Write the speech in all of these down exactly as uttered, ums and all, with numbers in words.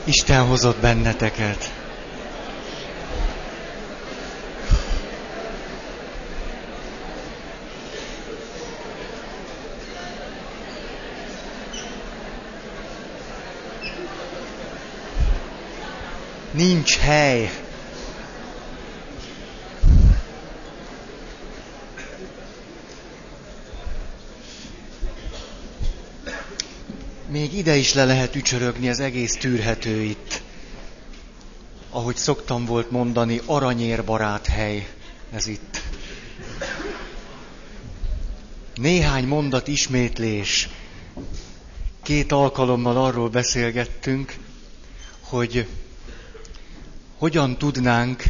Isten hozott benneteket. Nincs hely. Még ide is le lehet ücsörögni, az egész tűrhető itt. Ahogy szoktam volt mondani, aranyérbarát hely ez itt. Néhány mondat ismétlés. Két alkalommal arról beszélgettünk, hogy hogyan tudnánk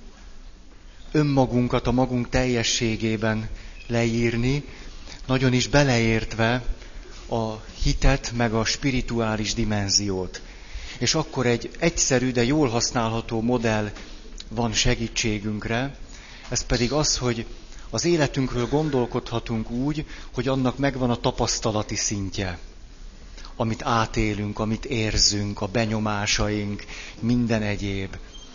önmagunkat a magunk teljességében leírni, nagyon is beleértve a hitet, meg a spirituális dimenziót. És akkor egy egyszerű, de jól használható modell van segítségünkre, ez pedig az, hogy az életünkről gondolkodhatunk úgy, hogy annak megvan a tapasztalati szintje, amit átélünk, amit érzünk, a benyomásaink, minden egyéb.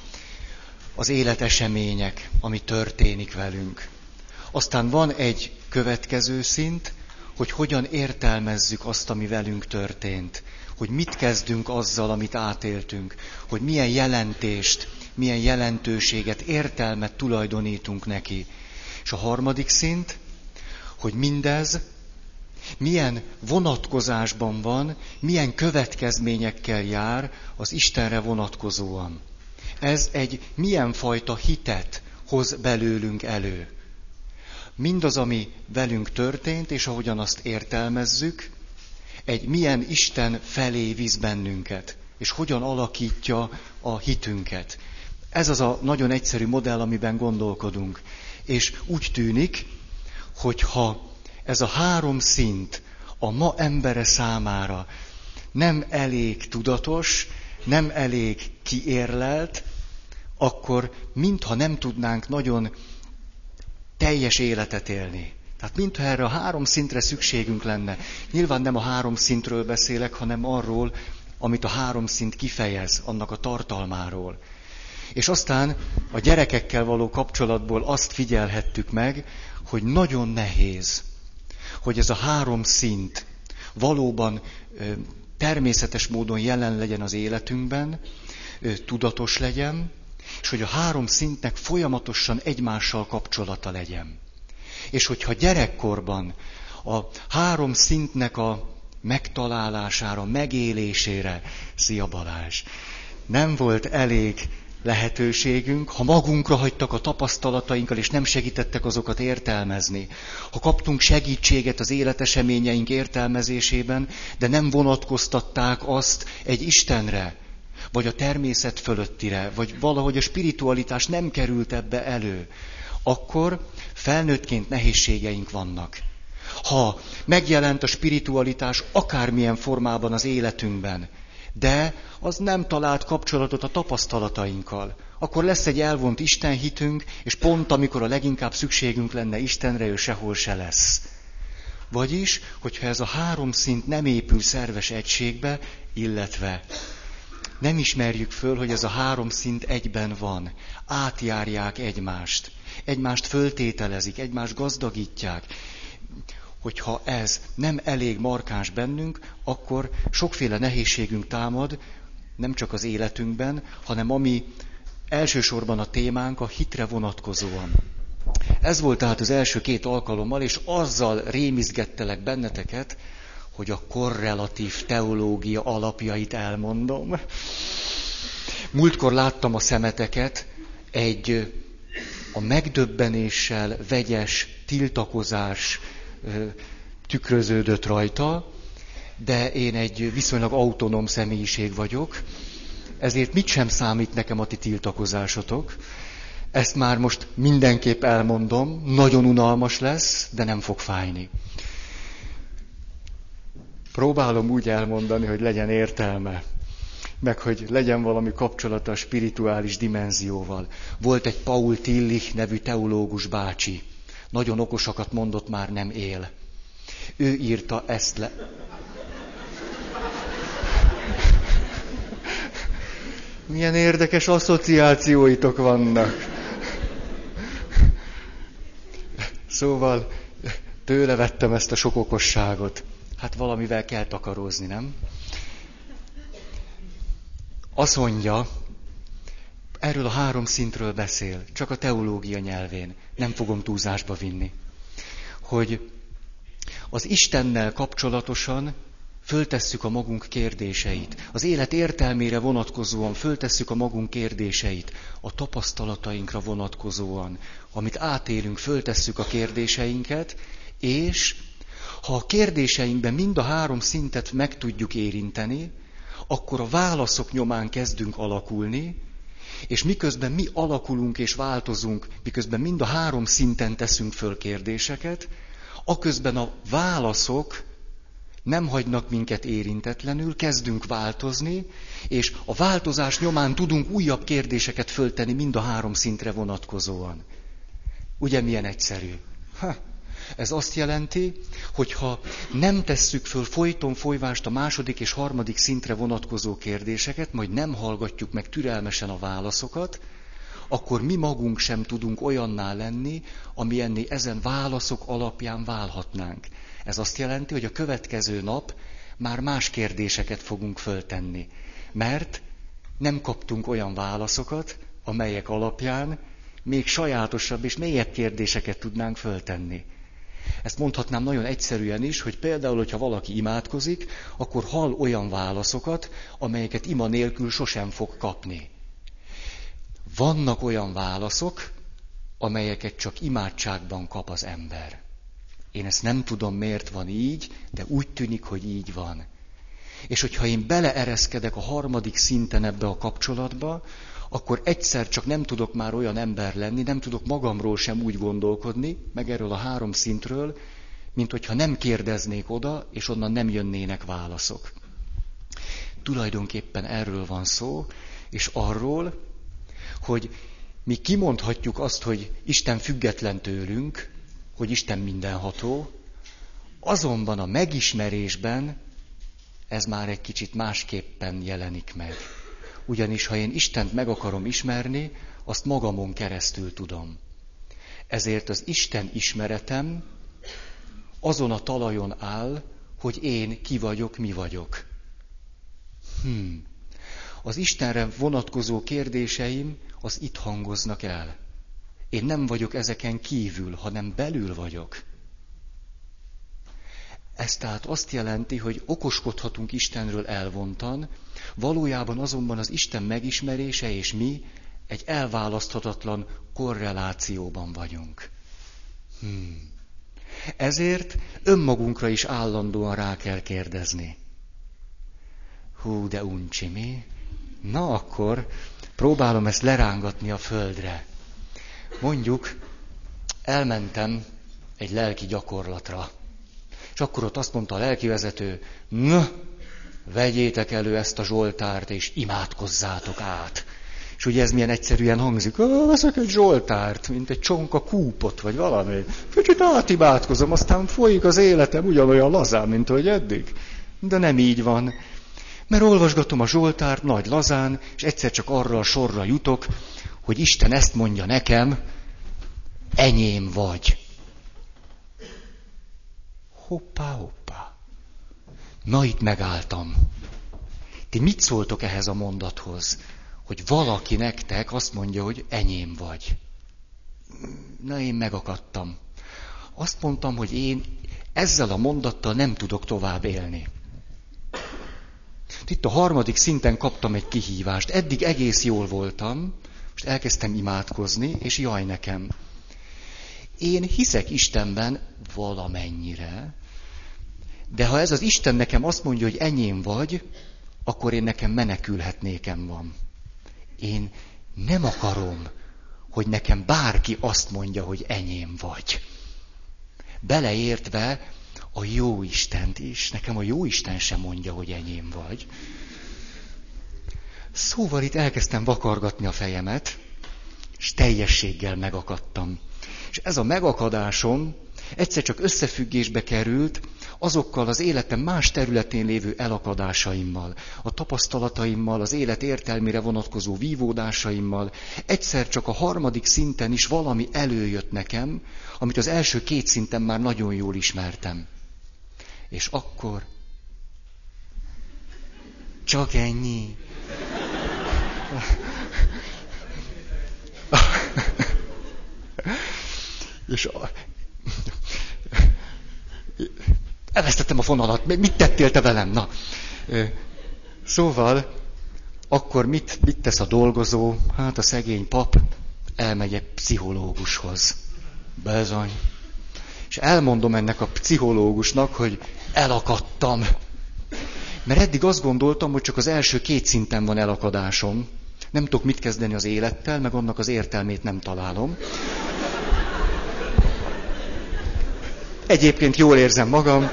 Az életesemények, ami történik velünk. Aztán van egy következő szint, hogy hogyan értelmezzük azt, ami velünk történt. Hogy mit kezdünk azzal, amit átéltünk. Hogy milyen jelentést, milyen jelentőséget, értelmet tulajdonítunk neki. És a harmadik szint, hogy mindez milyen vonatkozásban van, milyen következményekkel jár az Istenre vonatkozóan. Ez egy milyen fajta hitet hoz belőlünk elő. Mindaz, ami velünk történt, és ahogyan azt értelmezzük, egy milyen Isten felé visz bennünket, és hogyan alakítja a hitünket. Ez az a nagyon egyszerű modell, amiben gondolkodunk. És úgy tűnik, hogyha ez a három szint a ma embere számára nem elég tudatos, nem elég kiérlelt, akkor mintha nem tudnánk nagyon teljes életet élni. Tehát mintha erre a három szintre szükségünk lenne. Nyilván nem a három szintről beszélek, hanem arról, amit a három szint kifejez, annak a tartalmáról. És aztán a gyerekekkel való kapcsolatból azt figyelhettük meg, hogy nagyon nehéz, hogy ez a három szint valóban természetes módon jelen legyen az életünkben, tudatos legyen, és hogy a három szintnek folyamatosan egymással kapcsolata legyen. És hogyha gyerekkorban a három szintnek a megtalálására, megélésére, szia Balázs, nem volt elég lehetőségünk, ha magunkra hagytak a tapasztalatainkkal, és nem segítettek azokat értelmezni. Ha kaptunk segítséget az életeseményeink értelmezésében, de nem vonatkoztatták azt egy Istenre, vagy a természet fölöttire, vagy valahogy a spiritualitás nem került ebbe elő, akkor felnőttként nehézségeink vannak. Ha megjelent a spiritualitás akármilyen formában az életünkben, de az nem talált kapcsolatot a tapasztalatainkkal, akkor lesz egy elvont istenhitünk, és pont amikor a leginkább szükségünk lenne Istenre, ő sehol se lesz. Vagyis, hogyha ez a három szint nem épül szerves egységbe, illetve nem ismerjük föl, hogy ez a három szint egyben van, átjárják egymást, egymást föltételezik, egymást gazdagítják. Hogyha ez nem elég markáns bennünk, akkor sokféle nehézségünk támad, nem csak az életünkben, hanem ami elsősorban a témánk, a hitre vonatkozóan. Ez volt tehát az első két alkalommal, és azzal rémizgettelek benneteket, hogy a korrelatív teológia alapjait elmondom. Múltkor láttam a szemeteket, egy a megdöbbenéssel vegyes tiltakozás tükröződött rajta, de én egy viszonylag autonóm személyiség vagyok, ezért mit sem számít nekem a ti tiltakozásotok. Ezt már most mindenképp elmondom, nagyon unalmas lesz, de nem fog fájni. Próbálom úgy elmondani, hogy legyen értelme, meg hogy legyen valami kapcsolata a spirituális dimenzióval. Volt egy Paul Tillich nevű teológus bácsi. Nagyon okosakat mondott, már nem él. Ő írta ezt le. Milyen érdekes asszociációitok vannak. Szóval tőle vettem ezt a sok okosságot. Hát valamivel kell takarózni, nem? Azt mondja, erről a három szintről beszél, csak a teológia nyelvén. Nem fogom túlzásba vinni. Hogy az Istennel kapcsolatosan föltesszük a magunk kérdéseit. Az élet értelmére vonatkozóan föltesszük a magunk kérdéseit. A tapasztalatainkra vonatkozóan, amit átélünk, föltesszük a kérdéseinket, és ha a kérdéseinkben mind a három szintet meg tudjuk érinteni, akkor a válaszok nyomán kezdünk alakulni, és miközben mi alakulunk és változunk, miközben mind a három szinten teszünk föl kérdéseket, aközben a válaszok nem hagynak minket érintetlenül, kezdünk változni, és a változás nyomán tudunk újabb kérdéseket föltenni mind a három szintre vonatkozóan. Ugye milyen egyszerű? Ha, ez azt jelenti, hogy ha nem tesszük föl folyton folyvást a második és harmadik szintre vonatkozó kérdéseket, majd nem hallgatjuk meg türelmesen a válaszokat, akkor mi magunk sem tudunk olyanná lenni, amilyenné ezen válaszok alapján válhatnánk. Ez azt jelenti, hogy a következő nap már más kérdéseket fogunk föltenni, mert nem kaptunk olyan válaszokat, amelyek alapján még sajátosabb és mélyebb kérdéseket tudnánk föltenni. Ezt mondhatnám nagyon egyszerűen is, hogy például, hogyha valaki imádkozik, akkor hall olyan válaszokat, amelyeket ima nélkül sosem fog kapni. Vannak olyan válaszok, amelyeket csak imádságban kap az ember. Én ezt nem tudom, miért van így, de úgy tűnik, hogy így van. És hogyha én beleereszkedek a harmadik szinten ebbe a kapcsolatba, akkor egyszer csak nem tudok már olyan ember lenni, nem tudok magamról sem úgy gondolkodni, meg erről a három szintről, mint hogyha nem kérdeznék oda, és onnan nem jönnének válaszok. Tulajdonképpen erről van szó, és arról, hogy mi kimondhatjuk azt, hogy Isten független tőlünk, hogy Isten mindenható, azonban a megismerésben ez már egy kicsit másképpen jelenik meg. Ugyanis ha én Istent meg akarom ismerni, azt magamon keresztül tudom. Ezért az Isten ismeretem azon a talajon áll, hogy én ki vagyok, mi vagyok. Hmm. Az Istenre vonatkozó kérdéseim az itt hangoznak el. Én nem vagyok ezeken kívül, hanem belül vagyok. Ez tehát azt jelenti, hogy okoskodhatunk Istenről elvontan, valójában azonban az Isten megismerése és mi egy elválaszthatatlan korrelációban vagyunk. Hmm. Ezért önmagunkra is állandóan rá kell kérdezni. Hú, de uncsi mi? Na akkor próbálom ezt lerángatni a földre. Mondjuk, elmentem egy lelki gyakorlatra. És akkor ott azt mondta a lelkivezető, na, vegyétek elő ezt a Zsoltárt, és imádkozzátok át. És ugye ez milyen egyszerűen hangzik, veszek egy Zsoltárt, mint egy csonka kúpot, vagy valami. Kicsit átimádkozom, aztán folyik az életem ugyanolyan lazán, mint ahogy eddig. De nem így van. Mert olvasgatom a Zsoltárt nagy lazán, és egyszer csak arra a sorra jutok, hogy Isten ezt mondja nekem, enyém vagy. Hoppá, hoppá. Na, itt megálltam. Ti mit szóltok ehhez a mondathoz? Hogy valaki nektek azt mondja, hogy enyém vagy. Na, én megakadtam. Azt mondtam, hogy én ezzel a mondattal nem tudok tovább élni. Itt a harmadik szinten kaptam egy kihívást. Eddig egész jól voltam, most elkezdtem imádkozni, és jaj nekem. Én hiszek Istenben valamennyire, de ha ez az Isten nekem azt mondja, hogy enyém vagy, akkor én nekem menekülhetnékem van. Én nem akarom, hogy nekem bárki azt mondja, hogy enyém vagy. Beleértve a jó Istent is. Nekem a jó Isten sem mondja, hogy enyém vagy. Szóval itt elkezdtem vakargatni a fejemet, és teljességgel megakadtam. És ez a megakadásom egyszer csak összefüggésbe került azokkal az életem más területén lévő elakadásaimmal, a tapasztalataimmal, az élet értelmére vonatkozó vívódásaimmal, egyszer csak a harmadik szinten is valami előjött nekem, amit az első két szinten már nagyon jól ismertem. És akkor csak ennyi. És elvesztettem a fonalat. Mit tettél te velem? Na. Szóval, akkor mit, mit tesz a dolgozó? Hát a szegény pap elmegy egy pszichológushoz. Bezony. És elmondom ennek a pszichológusnak, hogy elakadtam. Mert eddig azt gondoltam, hogy csak az első két szinten van elakadásom. Nem tudok mit kezdeni az élettel, meg annak az értelmét nem találom. Egyébként jól érzem magam.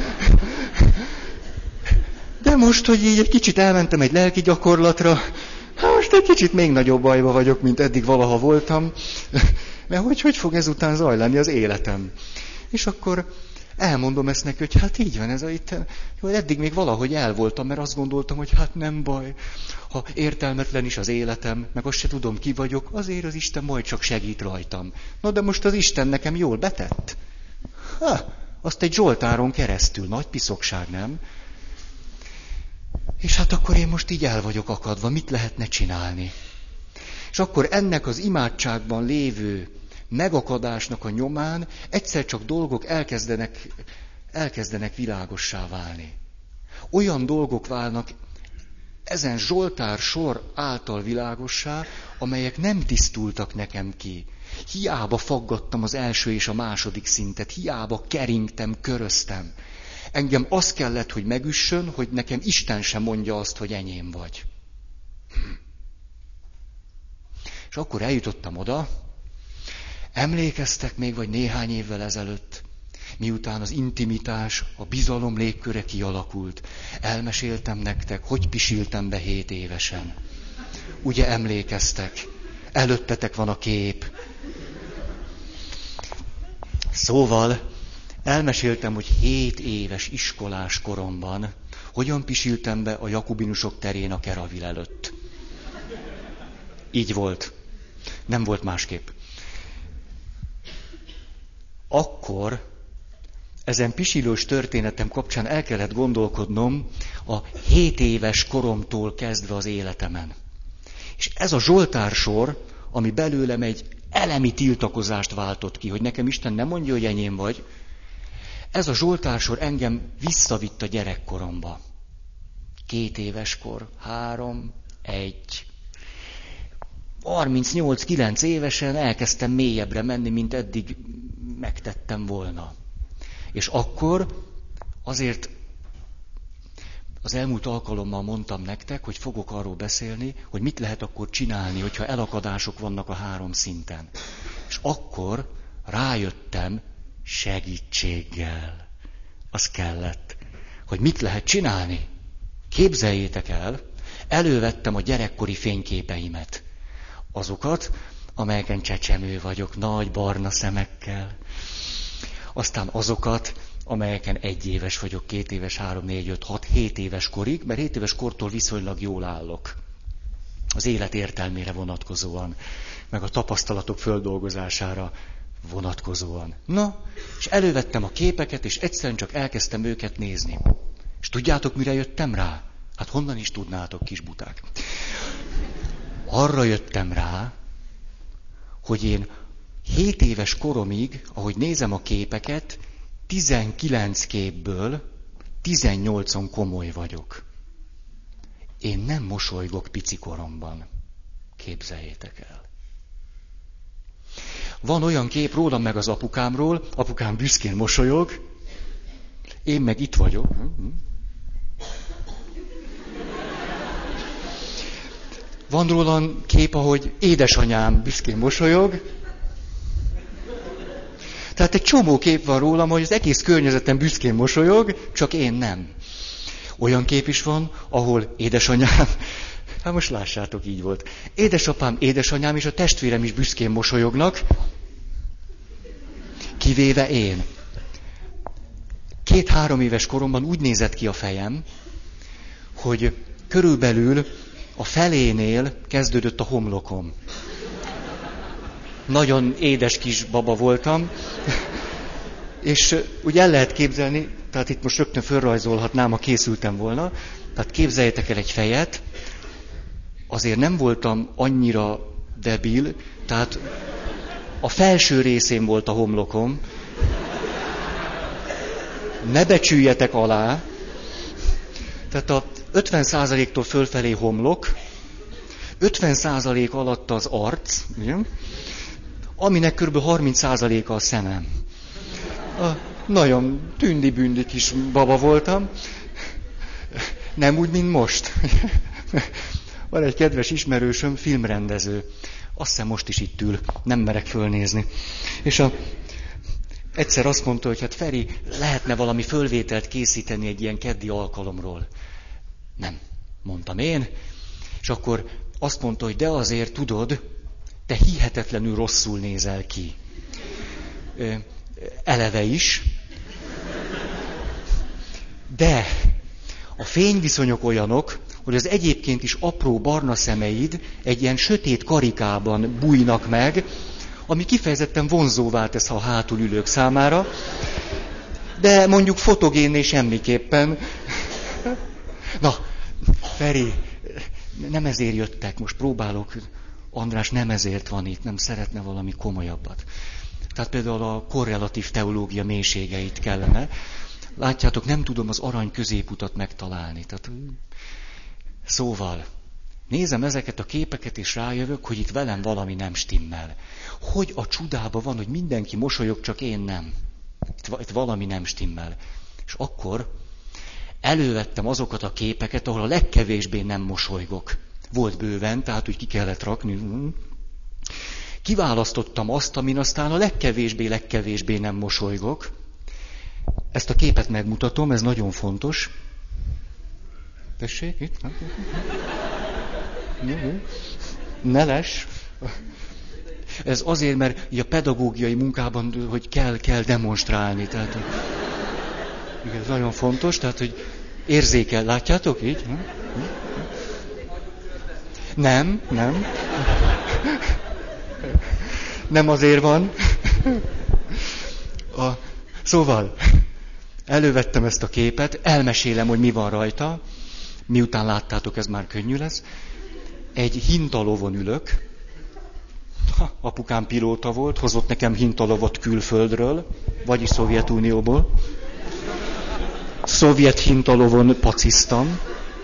De most, hogy így egy kicsit elmentem egy lelki gyakorlatra, most egy kicsit még nagyobb bajba vagyok, mint eddig valaha voltam. Mert hogy, hogy fog ezután zajlani az életem? És akkor elmondom ezt neki, hogy hát így van ez a itt. Hogy eddig még valahogy el voltam, mert azt gondoltam, hogy hát nem baj. Ha értelmetlen is az életem, meg azt se tudom, ki vagyok, azért az Isten majd csak segít rajtam. Na de most az Isten nekem jól betett. Ha, azt egy Zsoltáron keresztül, nagy piszokság, nem? És hát akkor én most így el vagyok akadva, mit lehetne csinálni? És akkor ennek az imádságban lévő megakadásnak a nyomán egyszer csak dolgok elkezdenek, elkezdenek világossá válni. Olyan dolgok válnak ezen Zsoltár sor által világossá, amelyek nem tisztultak nekem ki. Hiába faggattam az első és a második szintet, hiába keringtem, köröztem. Engem az kellett, hogy megüssön, hogy nekem Isten sem mondja azt, hogy enyém vagy. Hm. És akkor eljutottam oda, emlékeztek még, vagy néhány évvel ezelőtt, miután az intimitás, a bizalom légköre kialakult, elmeséltem nektek, hogy pisiltem be hét évesen. Ugye emlékeztek? Előttetek van a kép. Szóval elmeséltem, hogy hét éves iskolás koromban hogyan pisiltem be a jakubinusok terén a Keravil előtt. Így volt. Nem volt másképp. Akkor ezen pisilős történetem kapcsán el kellett gondolkodnom a hét éves koromtól kezdve az életemen. És ez a Zsoltár sor, ami belőlem egy elemi tiltakozást váltott ki, hogy nekem Isten nem mondja, hogy enyém vagy, ez a Zsoltár sor engem visszavitt a gyerekkoromba. Két éves kor, három, egy. harmincnyolc-kilenc évesen elkezdtem mélyebbre menni, mint eddig megtettem volna. És akkor azért az elmúlt alkalommal mondtam nektek, hogy fogok arról beszélni, hogy mit lehet akkor csinálni, hogyha elakadások vannak a három szinten. És akkor rájöttem segítséggel. Az kellett, hogy mit lehet csinálni. Képzeljétek el, elővettem a gyerekkori fényképeimet. Azokat, amelyeken csecsemő vagyok, nagy barna szemekkel. Aztán azokat, amelyeken egy éves vagyok, két éves, három, négy, öt, hat, hét éves korig, mert hét éves kortól viszonylag jól állok. Az élet értelmére vonatkozóan, meg a tapasztalatok földolgozására vonatkozóan. Na, és elővettem a képeket, és egyszerűen csak elkezdtem őket nézni. És tudjátok, mire jöttem rá? Hát honnan is tudnátok, kis buták? Arra jöttem rá, hogy én hét éves koromig, ahogy nézem a képeket, tizenkilenc képből tizennyolcon komoly vagyok. Én nem mosolygok pici koromban. Képzeljétek el. Van olyan kép rólam meg az apukámról, apukám büszkén mosolyog, én meg itt vagyok. Van rólam kép, ahogy édesanyám büszkén mosolyog. Tehát egy csomó kép van rólam, hogy az egész környezetem büszkén mosolyog, csak én nem. Olyan kép is van, ahol édesanyám, hát most lássátok, így volt. Édesapám, édesanyám és a testvérem is büszkén mosolyognak, kivéve én. Két-három éves koromban úgy nézett ki a fejem, hogy körülbelül a felénél kezdődött a homlokom. Nagyon édes kis baba voltam, és úgy el lehet képzelni, tehát itt most rögtön fölrajzolhatnám, ha készültem volna, tehát képzeljétek el egy fejet, azért nem voltam annyira debil, tehát a felső részén volt a homlokom, ne becsüljetek alá, tehát a ötven százaléktól fölfelé homlok, ötven százalék alatt az arc, ugye? Aminek kb. harminc százaléka a szemem. A nagyon tündi-bündi kis baba voltam, nem úgy, mint most. Van egy kedves ismerősöm, filmrendező. Azt hiszem most is itt ül, nem merek fölnézni. És a, egyszer azt mondta, hogy hát Feri, lehetne valami fölvételt készíteni egy ilyen keddi alkalomról. Nem, mondtam én. És akkor azt mondta, hogy de azért tudod, te hihetetlenül rosszul nézel ki. Eleve is. De a fényviszonyok olyanok, hogy az egyébként is apró barna szemeid egy ilyen sötét karikában bújnak meg, ami kifejezetten vonzóvá tesz a hátul ülők számára, de mondjuk fotogénné semmiképpen. Na, Feri, nem ezért jöttek, most próbálok, András nem ezért van itt, nem szeretne valami komolyabbat. Tehát például a korrelatív teológia mélységeit kellene. Látjátok, nem tudom az arany középutat megtalálni. Tehát, szóval, nézem ezeket a képeket, és rájövök, hogy itt velem valami nem stimmel. Hogy a csudába van, hogy mindenki mosolyog, csak én nem. Itt, itt valami nem stimmel. És akkor elővettem azokat a képeket, ahol a legkevésbé nem mosolygok. Volt bőven, tehát úgy ki kellett rakni. Kiválasztottam azt, amin aztán a legkevésbé, legkevésbé nem mosolygok. Ezt a képet megmutatom, ez nagyon fontos. Tessék, itt? Ne less. Ez azért, mert a pedagógiai munkában, hogy kell, kell demonstrálni. Tehát, ez nagyon fontos, tehát, hogy érzékel. Látjátok így? Nem, nem. Nem azért van. A, szóval, elővettem ezt a képet, elmesélem, hogy mi van rajta. Miután láttátok, ez már könnyű lesz. Egy hintalovon ülök. Ha, apukám pilóta volt, hozott nekem hintalovot külföldről, vagyis Szovjetunióból. Szovjet hintalovon paciztam.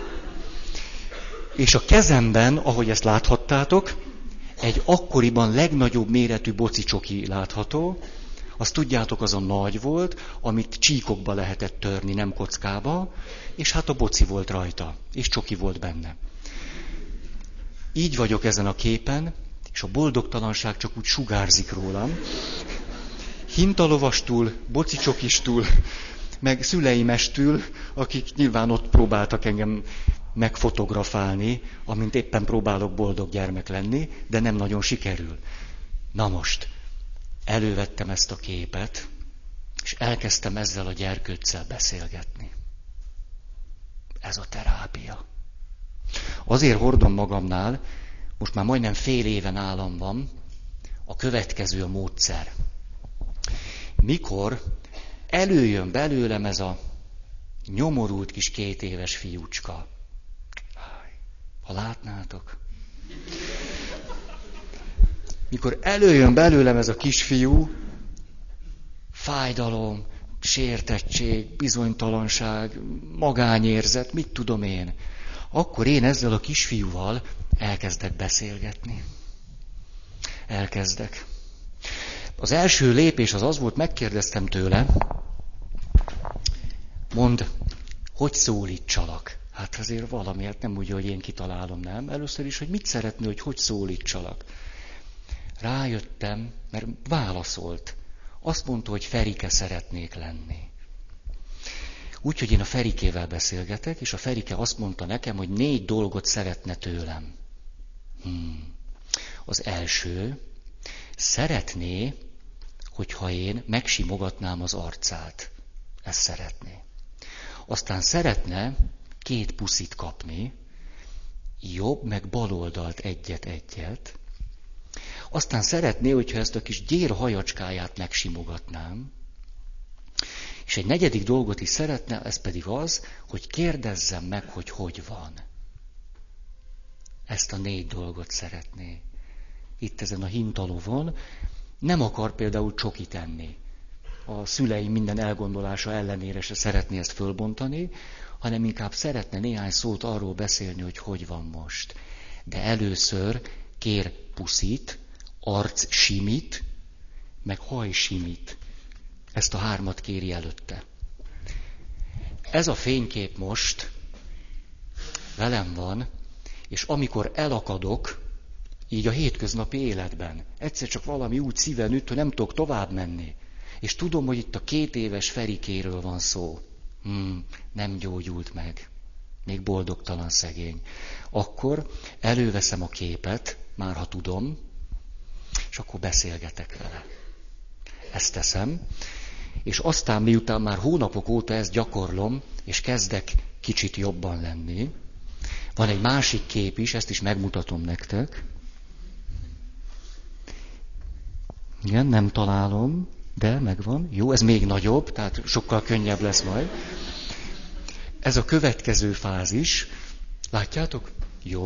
És a kezemben, ahogy ezt láthattátok, egy akkoriban legnagyobb méretű bocicsoki látható. Azt tudjátok, az a nagy volt, amit csíkokba lehetett törni, nem kockába, és hát a boci volt rajta, és csoki volt benne. Így vagyok ezen a képen, és a boldogtalanság csak úgy sugárzik rólam. Hintalovastól, bocicsokistól, meg szüleimestől, akik nyilván ott próbáltak engem megfotografálni, amint éppen próbálok boldog gyermek lenni, de nem nagyon sikerül. Na most, elővettem ezt a képet, és elkezdtem ezzel a gyerkőccel beszélgetni. Ez a terápia. Azért hordom magamnál, most már majdnem fél éve nálam van, a következő a módszer. Mikor előjön belőlem ez a nyomorult kis két éves fiúcska. Ha látnátok. Mikor előjön belőlem ez a kisfiú, fájdalom, sértettség, bizonytalanság, magányérzet, mit tudom én, akkor én ezzel a kisfiúval elkezdek beszélgetni. Elkezdek. Az első lépés az az volt, megkérdeztem tőle, mondd, hogy szólítsalak? Hát azért valamiért nem úgy, hogy én kitalálom, nem? Először is, hogy mit szeretné, hogy hogy szólítsalak. Rájöttem, mert válaszolt. Azt mondta, hogy Ferike szeretnék lenni. Úgyhogy én a Ferikével beszélgetek, és a Ferike azt mondta nekem, hogy négy dolgot szeretne tőlem. Hmm. Az első, szeretné, hogyha én megsimogatnám az arcát. Ezt szeretné. Aztán szeretne két puszit kapni, jobb, meg bal oldalt egyet-egyet. Aztán szeretné, hogyha ezt a kis gyér hajacskáját megsimogatnám. És egy negyedik dolgot is szeretne, ez pedig az, hogy kérdezzem meg, hogy hogy van. Ezt a négy dolgot szeretné. Itt ezen a hintalovon nem akar például csokit enni. A szülei minden elgondolása ellenére se szeretné ezt fölbontani, hanem inkább szeretne néhány szót arról beszélni, hogy hogy van most. De először kér puszit, arc simit, meg haj simit. Ezt a hármat kéri előtte. Ez a fénykép most velem van, és amikor elakadok, így a hétköznapi életben, egyszer csak valami úgy szíven üt, hogy nem tudok tovább menni, és tudom, hogy itt a két éves Ferikéről van szó. Hmm, nem gyógyult meg. Még boldogtalan szegény. Akkor előveszem a képet, már ha tudom, és akkor beszélgetek vele. Ezt teszem, és aztán miután már hónapok óta ezt gyakorlom, és kezdek kicsit jobban lenni, van egy másik kép is, ezt is megmutatom nektek. Igen, nem találom, de megvan. Jó, ez még nagyobb, tehát sokkal könnyebb lesz majd. Ez a következő fázis. Látjátok? Jó.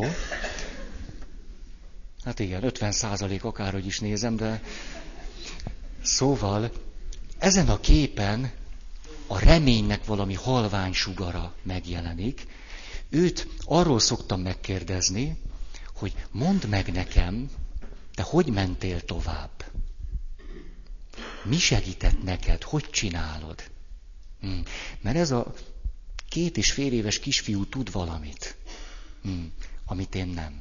Hát igen, ötven százalék akárhogy is nézem, de... Szóval, ezen a képen a reménynek valami halvány sugara megjelenik. Őt arról szoktam megkérdezni, hogy mondd meg nekem, te hogy mentél tovább? Mi segített neked? Hogy csinálod? Hmm. Mert ez a két és fél éves kisfiú tud valamit, hmm. amit én nem.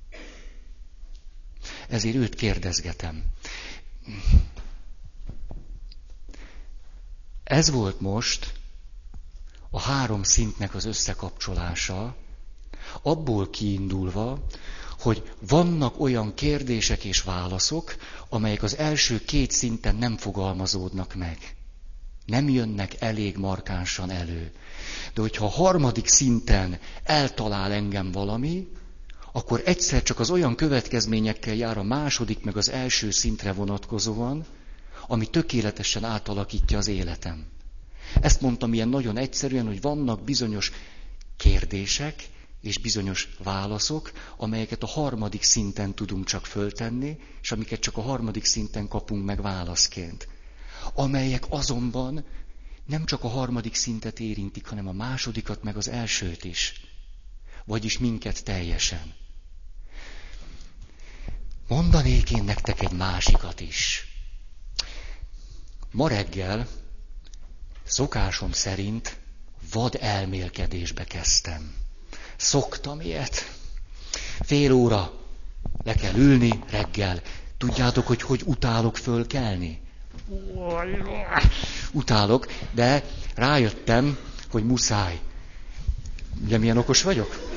Ezért őt kérdezgetem. Ez volt most a három szintnek az összekapcsolása, abból kiindulva, hogy vannak olyan kérdések és válaszok, amelyek az első két szinten nem fogalmazódnak meg. Nem jönnek elég markánsan elő. De hogyha a harmadik szinten eltalál engem valami, akkor egyszer csak az olyan következményekkel jár a második meg az első szintre vonatkozóan, ami tökéletesen átalakítja az életem. Ezt mondtam ilyen nagyon egyszerűen, hogy vannak bizonyos kérdések és bizonyos válaszok, amelyeket a harmadik szinten tudunk csak föltenni, és amiket csak a harmadik szinten kapunk meg válaszként. Amelyek azonban nem csak a harmadik szintet érintik, hanem a másodikat, meg az elsőt is. Vagyis minket teljesen. Mondanék én nektek egy másikat is. Ma reggel szokásom szerint vad elmélkedésbe kezdtem. Szoktam ilyet. Fél óra le kell ülni reggel. Tudjátok, hogy hogy utálok fölkelni? Utálok, de rájöttem, hogy muszáj. Ugye milyen okos vagyok?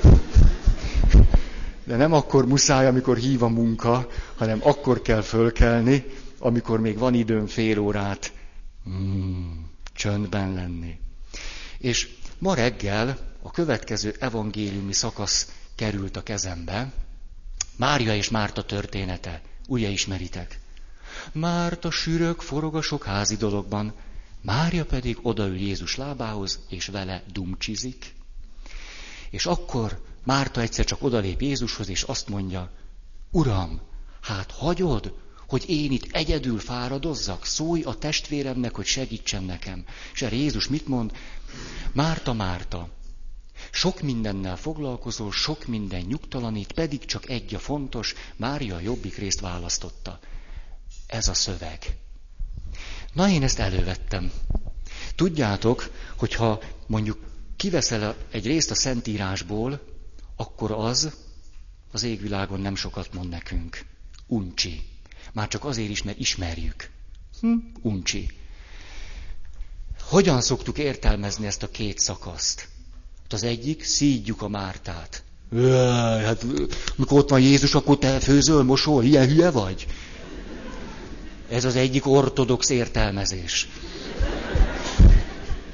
De nem akkor muszáj, amikor hív a munka, hanem akkor kell fölkelni, amikor még van időm fél órát hmm, csöndben lenni. És ma reggel a következő evangéliumi szakasz került a kezembe. Mária és Márta története. Ugye ismeritek? Márta sürög, forog a sok házi dologban, Mária pedig odaül Jézus lábához, és vele dumcsizik. És akkor Márta egyszer csak odalép Jézushoz, és azt mondja, Uram, hát hagyod, hogy én itt egyedül fáradozzak? Szólj a testvéremnek, hogy segítsen nekem. És erre Jézus mit mond? Márta, Márta, sok mindennel foglalkozol, sok minden nyugtalanít, pedig csak egy a fontos, Mária a jobbik részt választotta. Ez a szöveg. Na, én ezt elővettem. Tudjátok, hogyha mondjuk kiveszel egy részt a Szentírásból, akkor az az égvilágon nem sokat mond nekünk. Uncsi. Már csak azért is, mert ismerjük. Hm? Uncsi. Hogyan szoktuk értelmezni ezt a két szakaszt? Az egyik, szídjuk a Mártát. Öööö, hát mikor ott van Jézus, akkor te főzöl, mosol, ilyen hülye vagy? Ez az egyik ortodox értelmezés.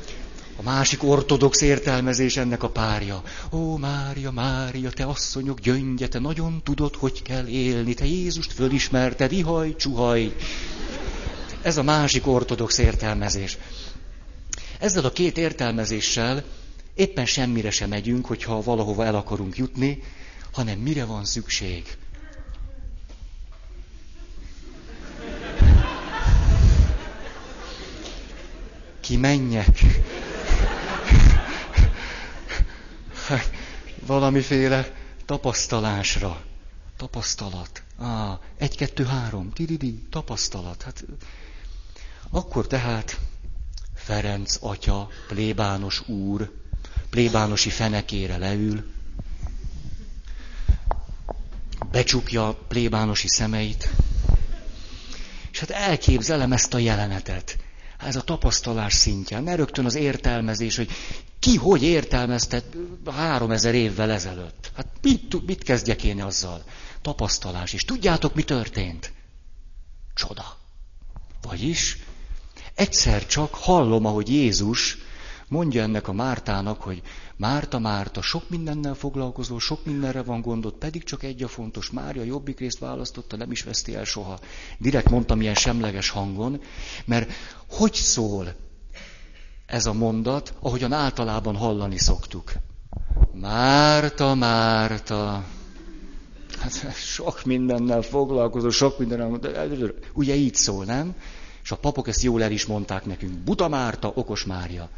másik ortodox értelmezés ennek a párja. Ó, Mária, Mária, te asszonyok gyöngye, te nagyon tudod, hogy kell élni, te Jézust fölismerted, ihaj, csuhaj. Ez a másik ortodox értelmezés. Ezzel a két értelmezéssel éppen semmire sem megyünk, hogyha valahova el akarunk jutni, hanem mire van szükség. Kimenjek. Valamiféle tapasztalásra. Tapasztalat. Á, egy, kettő, három. Tididi, tapasztalat. Hát, akkor tehát Ferenc atya, plébános úr, plébánosi fenekére leül, becsukja a plébánosi szemeit, és hát elképzelem ezt a jelenetet. Ez a tapasztalás szintjén, ne rögtön az értelmezés, hogy ki hogy értelmezte háromezer évvel ezelőtt. Hát mit, mit kezdjek én azzal? Tapasztalás. És tudjátok, mi történt? Csoda. Vagyis egyszer csak hallom, ahogy Jézus mondja ennek a Mártának, hogy Márta, Márta, sok mindennel foglalkozol, sok mindenre van gondod, pedig csak egy a fontos. Mária jobbik részt választotta, nem is veszti el soha. Direkt mondtam ilyen semleges hangon, mert hogy szól ez a mondat, ahogyan általában hallani szoktuk. Márta, Márta, hát sok mindennel foglalkozol, sok mindennel, ugye így szól, nem? És a papok ezt jól el is mondták nekünk. Buta Márta, okos Mária.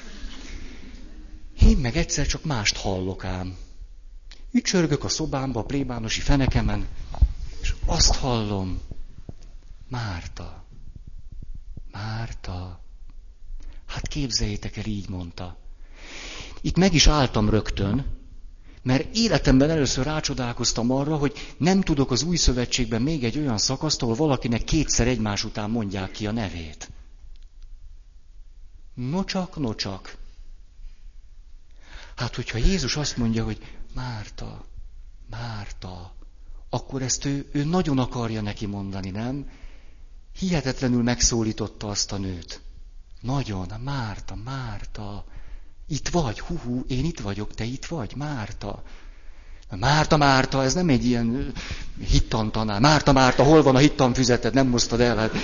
Én meg egyszer csak mást hallok ám. Ücsörgök a szobámba, a plébánosi fenekemen, és azt hallom. Márta. Márta. Hát képzeljétek el, így mondta. Itt meg is álltam rögtön, mert életemben először rácsodálkoztam arra, hogy nem tudok az új szövetségben még egy olyan szakaszt, ahol valakinek kétszer egymás után mondják ki a nevét. Nocsak, nocsak. Hát, hogyha Jézus azt mondja, hogy Márta, Márta, akkor ezt ő, ő nagyon akarja neki mondani, nem? Hihetetlenül megszólította azt a nőt. Nagyon, Márta, Márta, itt vagy, hú, én itt vagyok, te itt vagy, Márta. Márta, Márta, ez nem egy ilyen hittantanár. Márta, Márta, hol van a hittanfüzeted, nem hoztad el? Hát.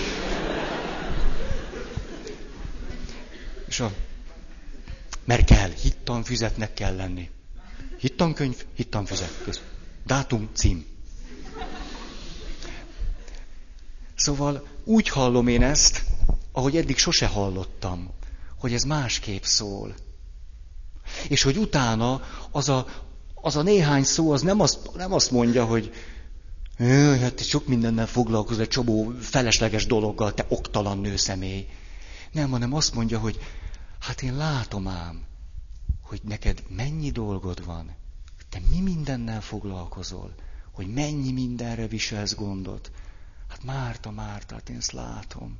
És a... Mert kell, hittanfüzetnek kell lenni. Hittankönyv, hittanfüzet. Kösz. Dátum, cím. Szóval úgy hallom én ezt, ahogy eddig sose hallottam, hogy ez másképp szól. És hogy utána az a, az a néhány szó, az nem azt, nem azt mondja, hogy hát sok mindennel foglalkozol, egy csomó felesleges dologgal, te oktalan nőszemély. Nem, hanem azt mondja, hogy hát én látom ám, hogy neked mennyi dolgod van, te mi mindennel foglalkozol, hogy mennyi mindenre viselsz gondot. Hát Márta, Márta, hát én ezt látom.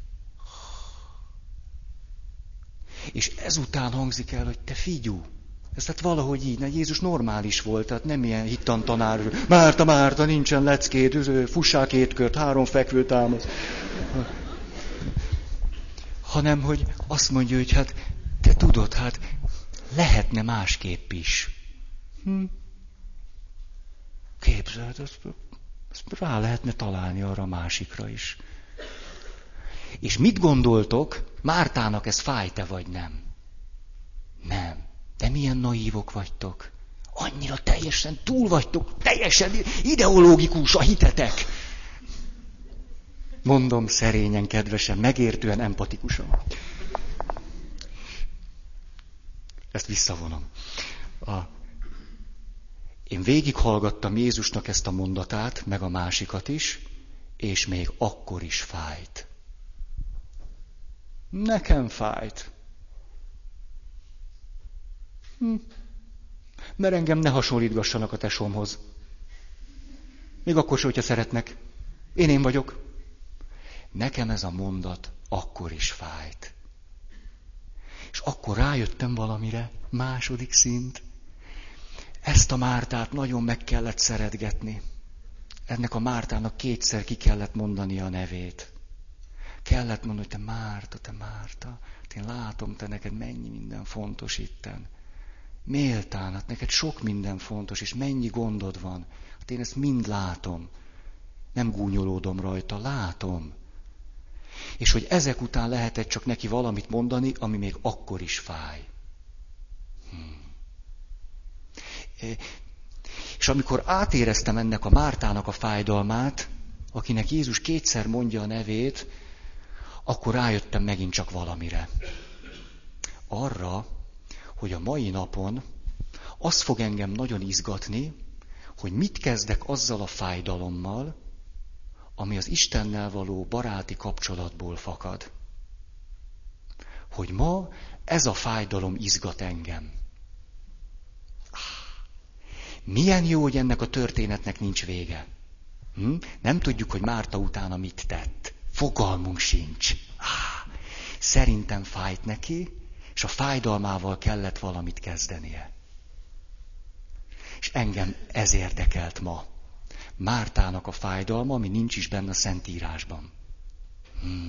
És ezután hangzik el, hogy te figyú. Ez tehát valahogy így, mert Jézus normális volt, tehát nem ilyen hittantanár. Márta, Márta, nincsen leckéd, fussál két kört, három fekvő támasz. Hanem, hogy azt mondja, hogy hát te tudod, hát lehetne másképp is. Hm? Képzeld, ezt, ezt rá lehetne találni arra a másikra is. És mit gondoltok, Mártának ez fáj-e vagy nem? Nem. De milyen naívok vagytok. Annyira teljesen túl vagytok, teljesen ideológikus a hitetek. Mondom szerényen, kedvesen, megértően, empatikusan. Ezt visszavonom. A... Én végighallgattam Jézusnak ezt a mondatát, meg a másikat is, és még akkor is fájt. Nekem fájt. Hm. Mert engem ne hasonlítgassanak a tesómhoz. Még akkor sem, hogyha szeretnek. Én én vagyok. Nekem ez a mondat akkor is fájt. És akkor rájöttem valamire, második szint. Ezt a Mártát nagyon meg kellett szeretgetni. Ennek a Mártának kétszer ki kellett mondania a nevét. kellett mondani, hogy te Márta, te Márta, én látom, te neked mennyi minden fontos itten. Méltán, hát neked sok minden fontos, és mennyi gondod van. Hát én ezt mind látom. Nem gúnyolódom rajta, látom. És hogy ezek után lehetett csak neki valamit mondani, ami még akkor is fáj. Hmm. És amikor átéreztem ennek a Mártának a fájdalmát, akinek Jézus kétszer mondja a nevét, akkor rájöttem megint csak valamire. Arra, hogy a mai napon az fog engem nagyon izgatni, hogy mit kezdek azzal a fájdalommal, ami az Istennel való baráti kapcsolatból fakad. Hogy ma ez a fájdalom izgat engem. Milyen jó, hogy ennek a történetnek nincs vége. Hm? Nem tudjuk, hogy Márta utána mit tett. Fogalmunk sincs. Ah, szerintem fájt neki, és a fájdalmával kellett valamit kezdenie. És engem ez érdekelt ma. Mártának a fájdalma, ami nincs is benne a Szentírásban. Hmm.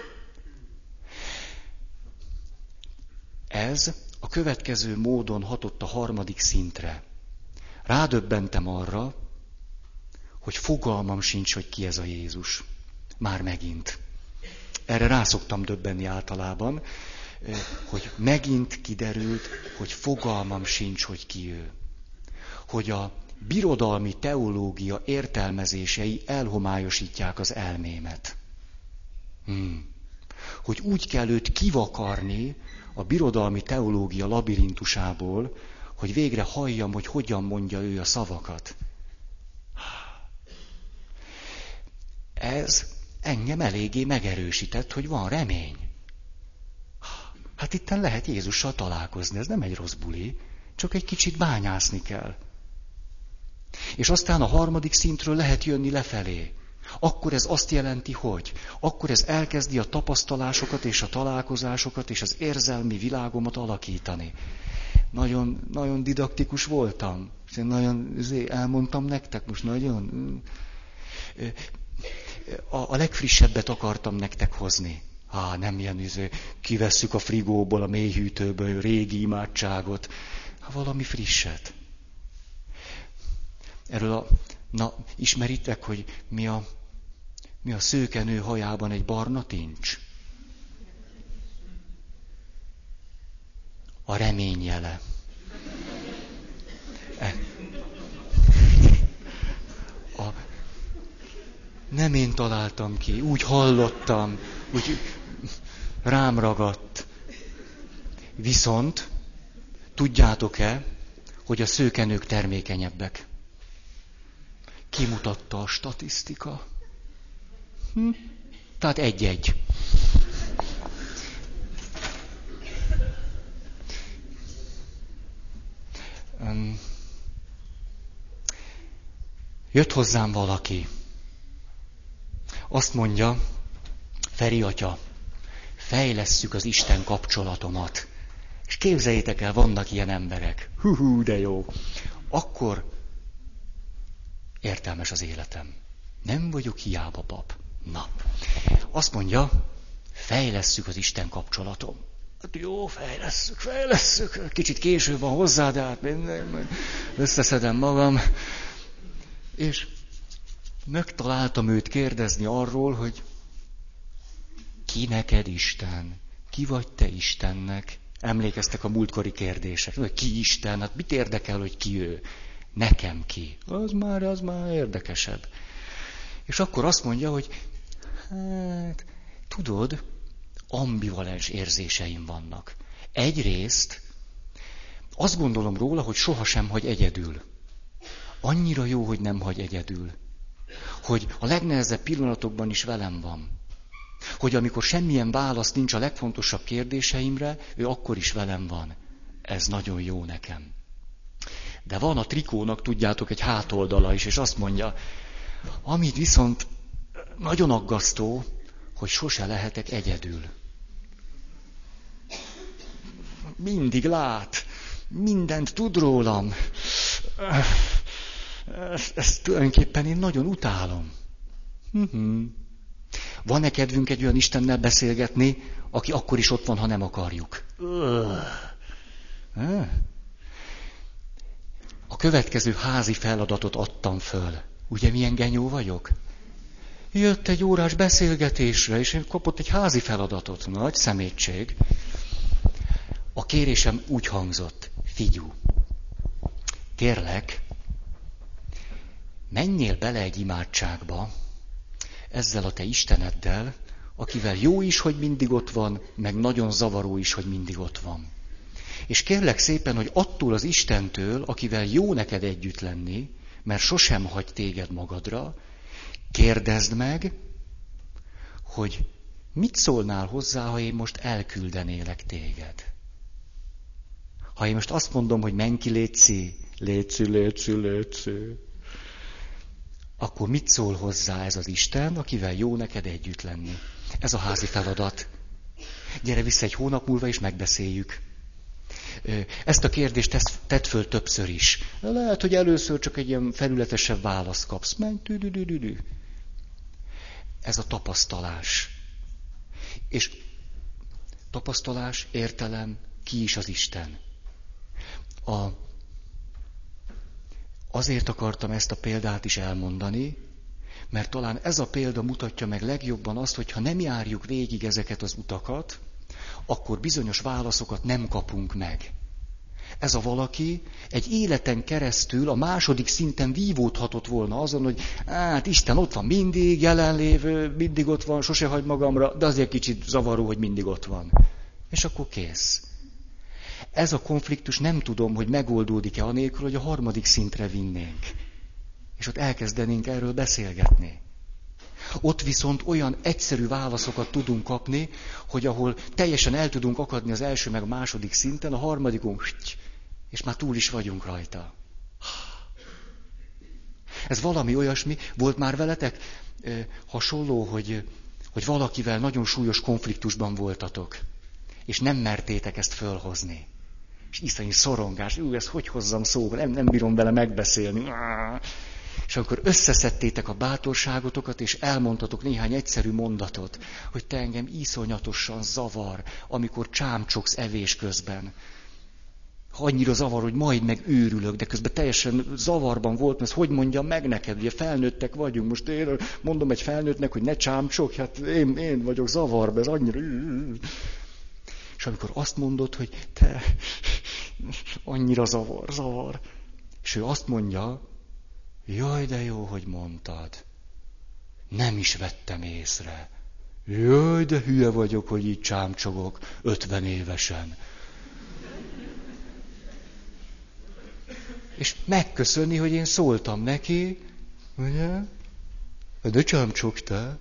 Ez a következő módon hatott a harmadik szintre. Rádöbbentem arra, hogy fogalmam sincs, hogy ki ez a Jézus. Már megint. Erre rászoktam döbbenni általában, hogy megint kiderült, hogy fogalmam sincs, hogy ki ő. Hogy a birodalmi teológia értelmezései elhomályosítják az elmémet. Hmm. Hogy úgy kell őt kivakarni a birodalmi teológia labirintusából, hogy végre halljam, hogy hogyan mondja ő a szavakat. Ez engem eléggé megerősített, hogy van remény. Hát itten lehet Jézussal találkozni, ez nem egy rossz buli, csak egy kicsit bányászni kell. És aztán a harmadik szintről lehet jönni lefelé. Akkor ez azt jelenti, hogy? Akkor ez elkezdi a tapasztalásokat és a találkozásokat és az érzelmi világomat alakítani. Nagyon, nagyon didaktikus voltam. Én nagyon elmondtam nektek most nagyon. A, a legfrissebbet akartam nektek hozni. Á, nem ilyen, izé, kivesszük a frigóból, a mélyhűtőből, régi imádságot. Ha valami frisset. Erről a, na, ismeritek, hogy mi a, mi a szőkenő hajában egy barna tincs? A remény jele. A, nem én találtam ki, úgy hallottam, úgy rám ragadt. Viszont tudjátok-e, hogy a szőkenők termékenyebbek? Kimutatta a statisztika. Hm? Tehát egy-egy. Um, jött hozzám valaki. Azt mondja, Feri atya, fejlesszük az Isten kapcsolatomat. És képzeljétek el, vannak ilyen emberek. Hú, hú, de jó. Akkor értelmes az életem. Nem vagyok hiába pap. Na, azt mondja, fejlesszük az Isten kapcsolatom. Hát jó, fejlesszük, fejlesszük. Kicsit késő van hozzá, de hát minden, összeszedem magam. És megtaláltam őt kérdezni arról, hogy ki neked Isten? Ki vagy te Istennek? Emlékeztek a múltkori kérdések. Ki Isten? Hát mit érdekel, hogy ki ő? Nekem ki? Az már, az már érdekesebb. És akkor azt mondja, hogy hát, tudod, ambivalens érzéseim vannak. Egyrészt azt gondolom róla, hogy sohasem hagy egyedül. Annyira jó, hogy nem hagy egyedül. Hogy a legnehezebb pillanatokban is velem van. Hogy amikor semmilyen válasz nincs a legfontosabb kérdéseimre, ő akkor is velem van. Ez nagyon jó nekem. De van a trikónak, tudjátok, egy hátoldala is, és azt mondja, amit viszont nagyon aggasztó, hogy sose lehetek egyedül. Mindig lát, mindent tud rólam. Ezt, ezt tulajdonképpen én nagyon utálom. Uh-huh. Van-e kedvünk egy olyan Istennel beszélgetni, aki akkor is ott van, ha nem akarjuk? A következő házi feladatot adtam föl. Ugye milyen genyó vagyok? Jött egy órás beszélgetésre, és én kapott egy házi feladatot. Nagy szemétség. A kérésem úgy hangzott. Figyú, kérlek, menjél bele egy imádságba ezzel a te Isteneddel, akivel jó is, hogy mindig ott van, meg nagyon zavaró is, hogy mindig ott van. És kérlek szépen, hogy attól az Istentől, akivel jó neked együtt lenni, mert sosem hagy téged magadra, kérdezd meg, hogy mit szólnál hozzá, ha én most elküldenélek téged. Ha én most azt mondom, hogy menj ki, létszi, létszi, létszi, létszi, akkor mit szól hozzá ez az Isten, akivel jó neked együtt lenni? Ez a házi feladat. Gyere vissza egy hónap múlva, és megbeszéljük. Ezt a kérdést tedd föl többször is. Lehet, hogy először csak egy ilyen felületesebb választ kapsz. Menj, tüdüdüdüdü. Ez a tapasztalás. És tapasztalás, értelem, ki is az Isten. A, azért akartam ezt a példát is elmondani, mert talán ez a példa mutatja meg legjobban azt, hogy ha nem járjuk végig ezeket az utakat, akkor bizonyos válaszokat nem kapunk meg. Ez a valaki egy életen keresztül a második szinten vívódhatott volna azon, hogy hát Isten ott van mindig, jelenlévő, mindig ott van, sose hagy magamra, de azért kicsit zavaró, hogy mindig ott van. És akkor kész. Ez a konfliktus nem tudom, hogy megoldódik-e anélkül, hogy a harmadik szintre vinnénk. És ott elkezdenénk erről beszélgetni. Ott viszont olyan egyszerű válaszokat tudunk kapni, hogy ahol teljesen el tudunk akadni az első meg a második szinten, a harmadikon, és már túl is vagyunk rajta. Ez valami olyasmi, volt már veletek eh, hasonló, hogy, hogy valakivel nagyon súlyos konfliktusban voltatok, és nem mertétek ezt fölhozni. És iszonyi szorongás, ú, ezt hogy hozzam szóba, nem, nem bírom vele megbeszélni. És akkor összeszedtétek a bátorságotokat, és elmondtatok néhány egyszerű mondatot, hogy te engem iszonyatosan zavar, amikor csámcsogsz evés közben. Annyira zavar, hogy majd meg őrülök, de közben teljesen zavarban volt, mert hogy mondjam meg neked, ugye felnőttek vagyunk, most én mondom egy felnőttnek, hogy ne csámcsog, hát én, én vagyok zavarban, ez annyira... És amikor azt mondod, hogy te annyira zavar, zavar, és ő azt mondja, jaj, de jó, hogy mondtad. Nem is vettem észre. Jaj, de hülye vagyok, hogy így csámcsogok ötven évesen. És megköszönni, hogy én szóltam neki, ugye? De csámcsogtál.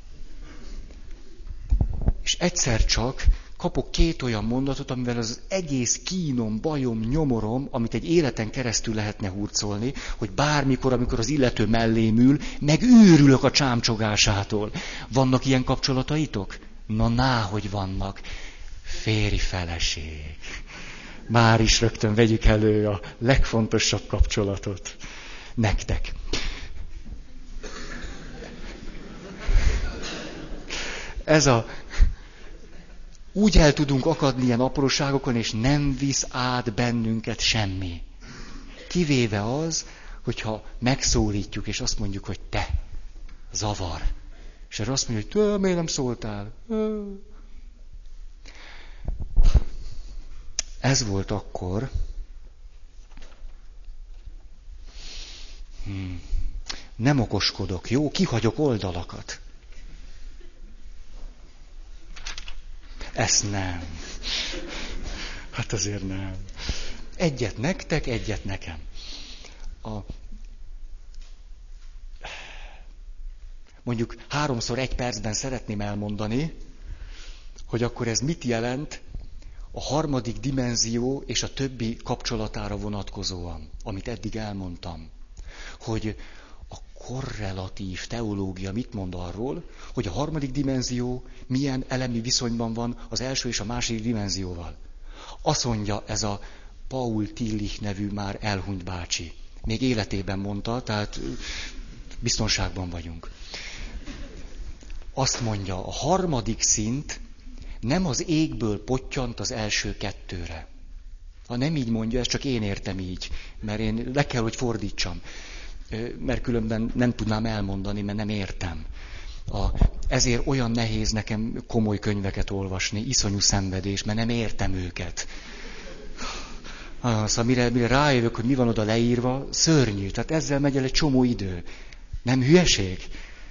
És egyszer csak kapok két olyan mondatot, amivel az egész kínom, bajom, nyomorom, amit egy életen keresztül lehetne hurcolni, hogy bármikor, amikor az illető mellém ül, megőrülök a csámcsogásától. Vannak ilyen kapcsolataitok? Na, náhogy vannak. Férj-feleség. Már is rögtön vegyük elő a legfontosabb kapcsolatot. Nektek. Ez a... Úgy el tudunk akadni ilyen apróságokon, és nem visz át bennünket semmi. Kivéve az, hogyha megszólítjuk, és azt mondjuk, hogy te, zavar. És erre azt mondjuk, hogy te, miért nem szóltál? Ez volt akkor. Hmm. Nem okoskodok, jó? Kihagyok oldalakat. Ezt nem. Hát azért nem. Egyet nektek, egyet nekem. A... Mondjuk háromszor egy percben szeretném elmondani, hogy akkor ez mit jelent a harmadik dimenzió és a többi kapcsolatára vonatkozóan, amit eddig elmondtam. Hogy a korrelatív teológia mit mond arról, hogy a harmadik dimenzió milyen elemi viszonyban van az első és a második dimenzióval. Azt mondja ez a Paul Tillich nevű már elhunyt bácsi. Még életében mondta, tehát biztonságban vagyunk. Azt mondja, a harmadik szint nem az égből pottyant az első kettőre. Ha nem így mondja, ezt csak én értem így, mert én le kell, hogy fordítsam. Mert különben nem tudnám elmondani, mert nem értem. A, ezért olyan nehéz nekem komoly könyveket olvasni, iszonyú szenvedés, mert nem értem őket. Szóval mire, mire rájövök, hogy mi van oda leírva, szörnyű. Tehát ezzel megy el egy csomó idő. Nem hülyeség?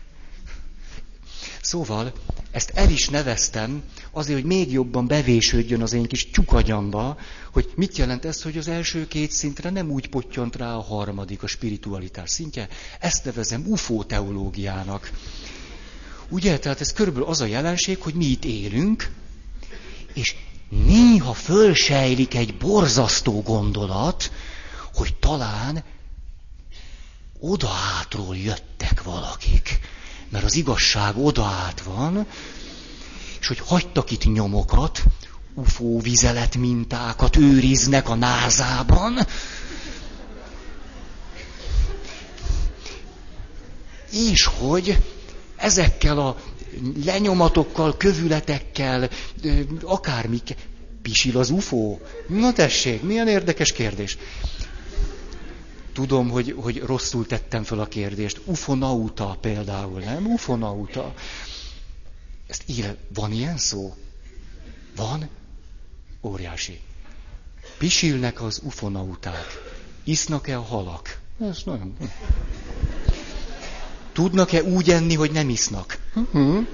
Szóval ezt el is neveztem, azért, hogy még jobban bevésődjön az én kis tyukagyamba, hogy mit jelent ez, hogy az első két szintre nem úgy pottyant rá a harmadik, a spiritualitás szintje. Ezt nevezem ufó teológiának. Ugye, tehát ez körülbelül az a jelenség, hogy mi itt élünk, és néha fölsejlik egy borzasztó gondolat, hogy talán odaátról jöttek valakik, mert az igazság odaát van, és hogy hagytak itt nyomokat, ufó vizelet mintákat őriznek a názában, és hogy ezekkel a lenyomatokkal, kövületekkel, akármikkel, pisil az ufó. Na tessék, milyen érdekes kérdés. Tudom, hogy, hogy rosszul tettem fel a kérdést. Ufonauta például, nem? Ufonauta. Ezt ír, van ilyen szó? Van? Óriási. Pisilnek az ufonauták. Isznak-e a halak? Ez nagyon... Tudnak-e úgy enni, hogy nem isznak? Uh-huh.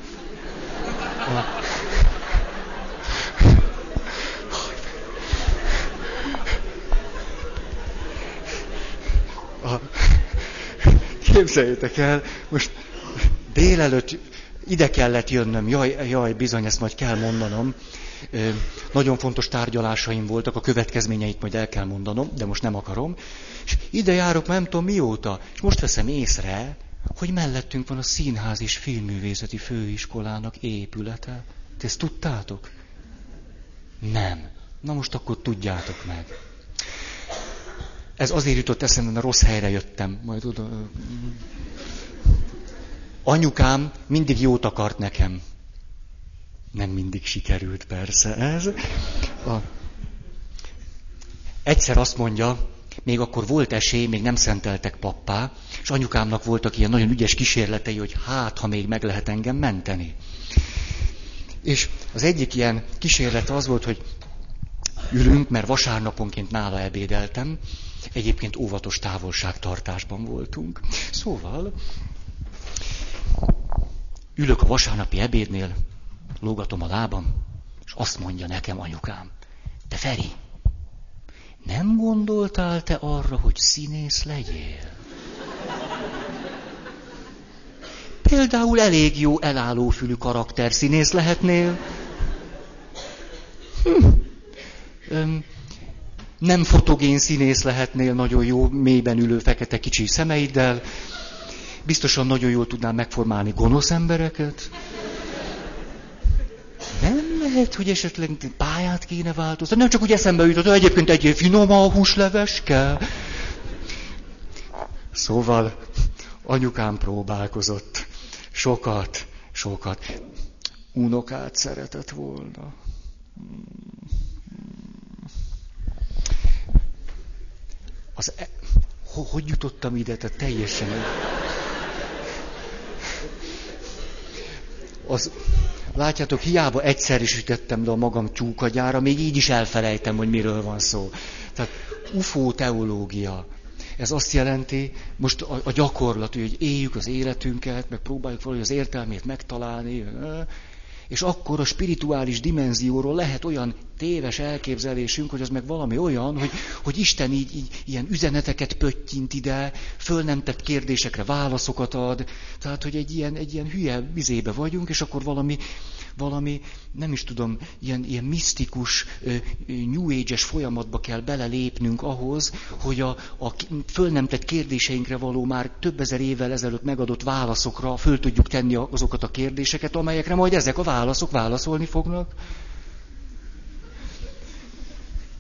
A... Képzeljétek el, most délelőtt ide kellett jönnöm, jaj, jaj, bizony, ezt majd kell mondanom. Nagyon fontos tárgyalásaim voltak, a következményeit majd el kell mondanom, de most nem akarom. És ide járok, nem tudom mióta, és most veszem észre, hogy mellettünk van a Színház és Filmművészeti Főiskolának épülete. Te ezt tudtátok? Nem. Na most akkor tudjátok meg. Ez azért jutott eszembe, mert rossz helyre jöttem. Majd oda... Anyukám mindig jót akart nekem. Nem mindig sikerült persze ez. A... Egyszer azt mondja, még akkor volt esély, még nem szenteltek pappá, és anyukámnak voltak ilyen nagyon ügyes kísérletei, hogy hát, ha még meg lehet engem menteni. És az egyik ilyen kísérlet az volt, hogy ülünk, mert vasárnaponként nála ebédeltem, egyébként óvatos távolságtartásban voltunk. Szóval ülök a vasárnapi ebédnél, lógatom a lábam, és azt mondja nekem anyukám, te Feri, nem gondoltál te arra, hogy színész legyél? Például elég jó elállófülű karakterszínész lehetnél. Hm. Öm, nem fotogén színész lehetnél, nagyon jó, mélyben ülő fekete kicsi szemeiddel. Biztosan nagyon jól tudnál megformálni gonosz embereket. Nem lehet, hogy esetleg pályát kéne változtatni. Nem csak úgy eszembe jutott, hogy egyébként egy finom a húsleveske. Szóval anyukám próbálkozott. Sokat, sokat. Unokát szeretett volna. Az e... Hogy jutottam ide? Tehát teljesen... Az... Látjátok, hiába egyszerűsítettem le a magam tyúkagyára, még így is elfelejtem, hogy miről van szó. Tehát ufó teológia. Ez azt jelenti, most a, a gyakorlat, hogy éljük az életünket, meg próbáljuk valahogy az értelmét megtalálni, és akkor a spirituális dimenzióról lehet olyan téves elképzelésünk, hogy az meg valami olyan, hogy, hogy Isten így, így ilyen üzeneteket pöttyint ide, föl nem tett kérdésekre válaszokat ad, tehát hogy egy ilyen, egy ilyen hülye vizébe vagyunk, és akkor valami, valami nem is tudom, ilyen, ilyen misztikus, New Age-es folyamatba kell belelépnünk ahhoz, hogy a, a föl nem tett kérdéseinkre való már több ezer évvel ezelőtt megadott válaszokra föl tudjuk tenni azokat a kérdéseket, amelyekre majd ezek a válaszok válaszolni fognak.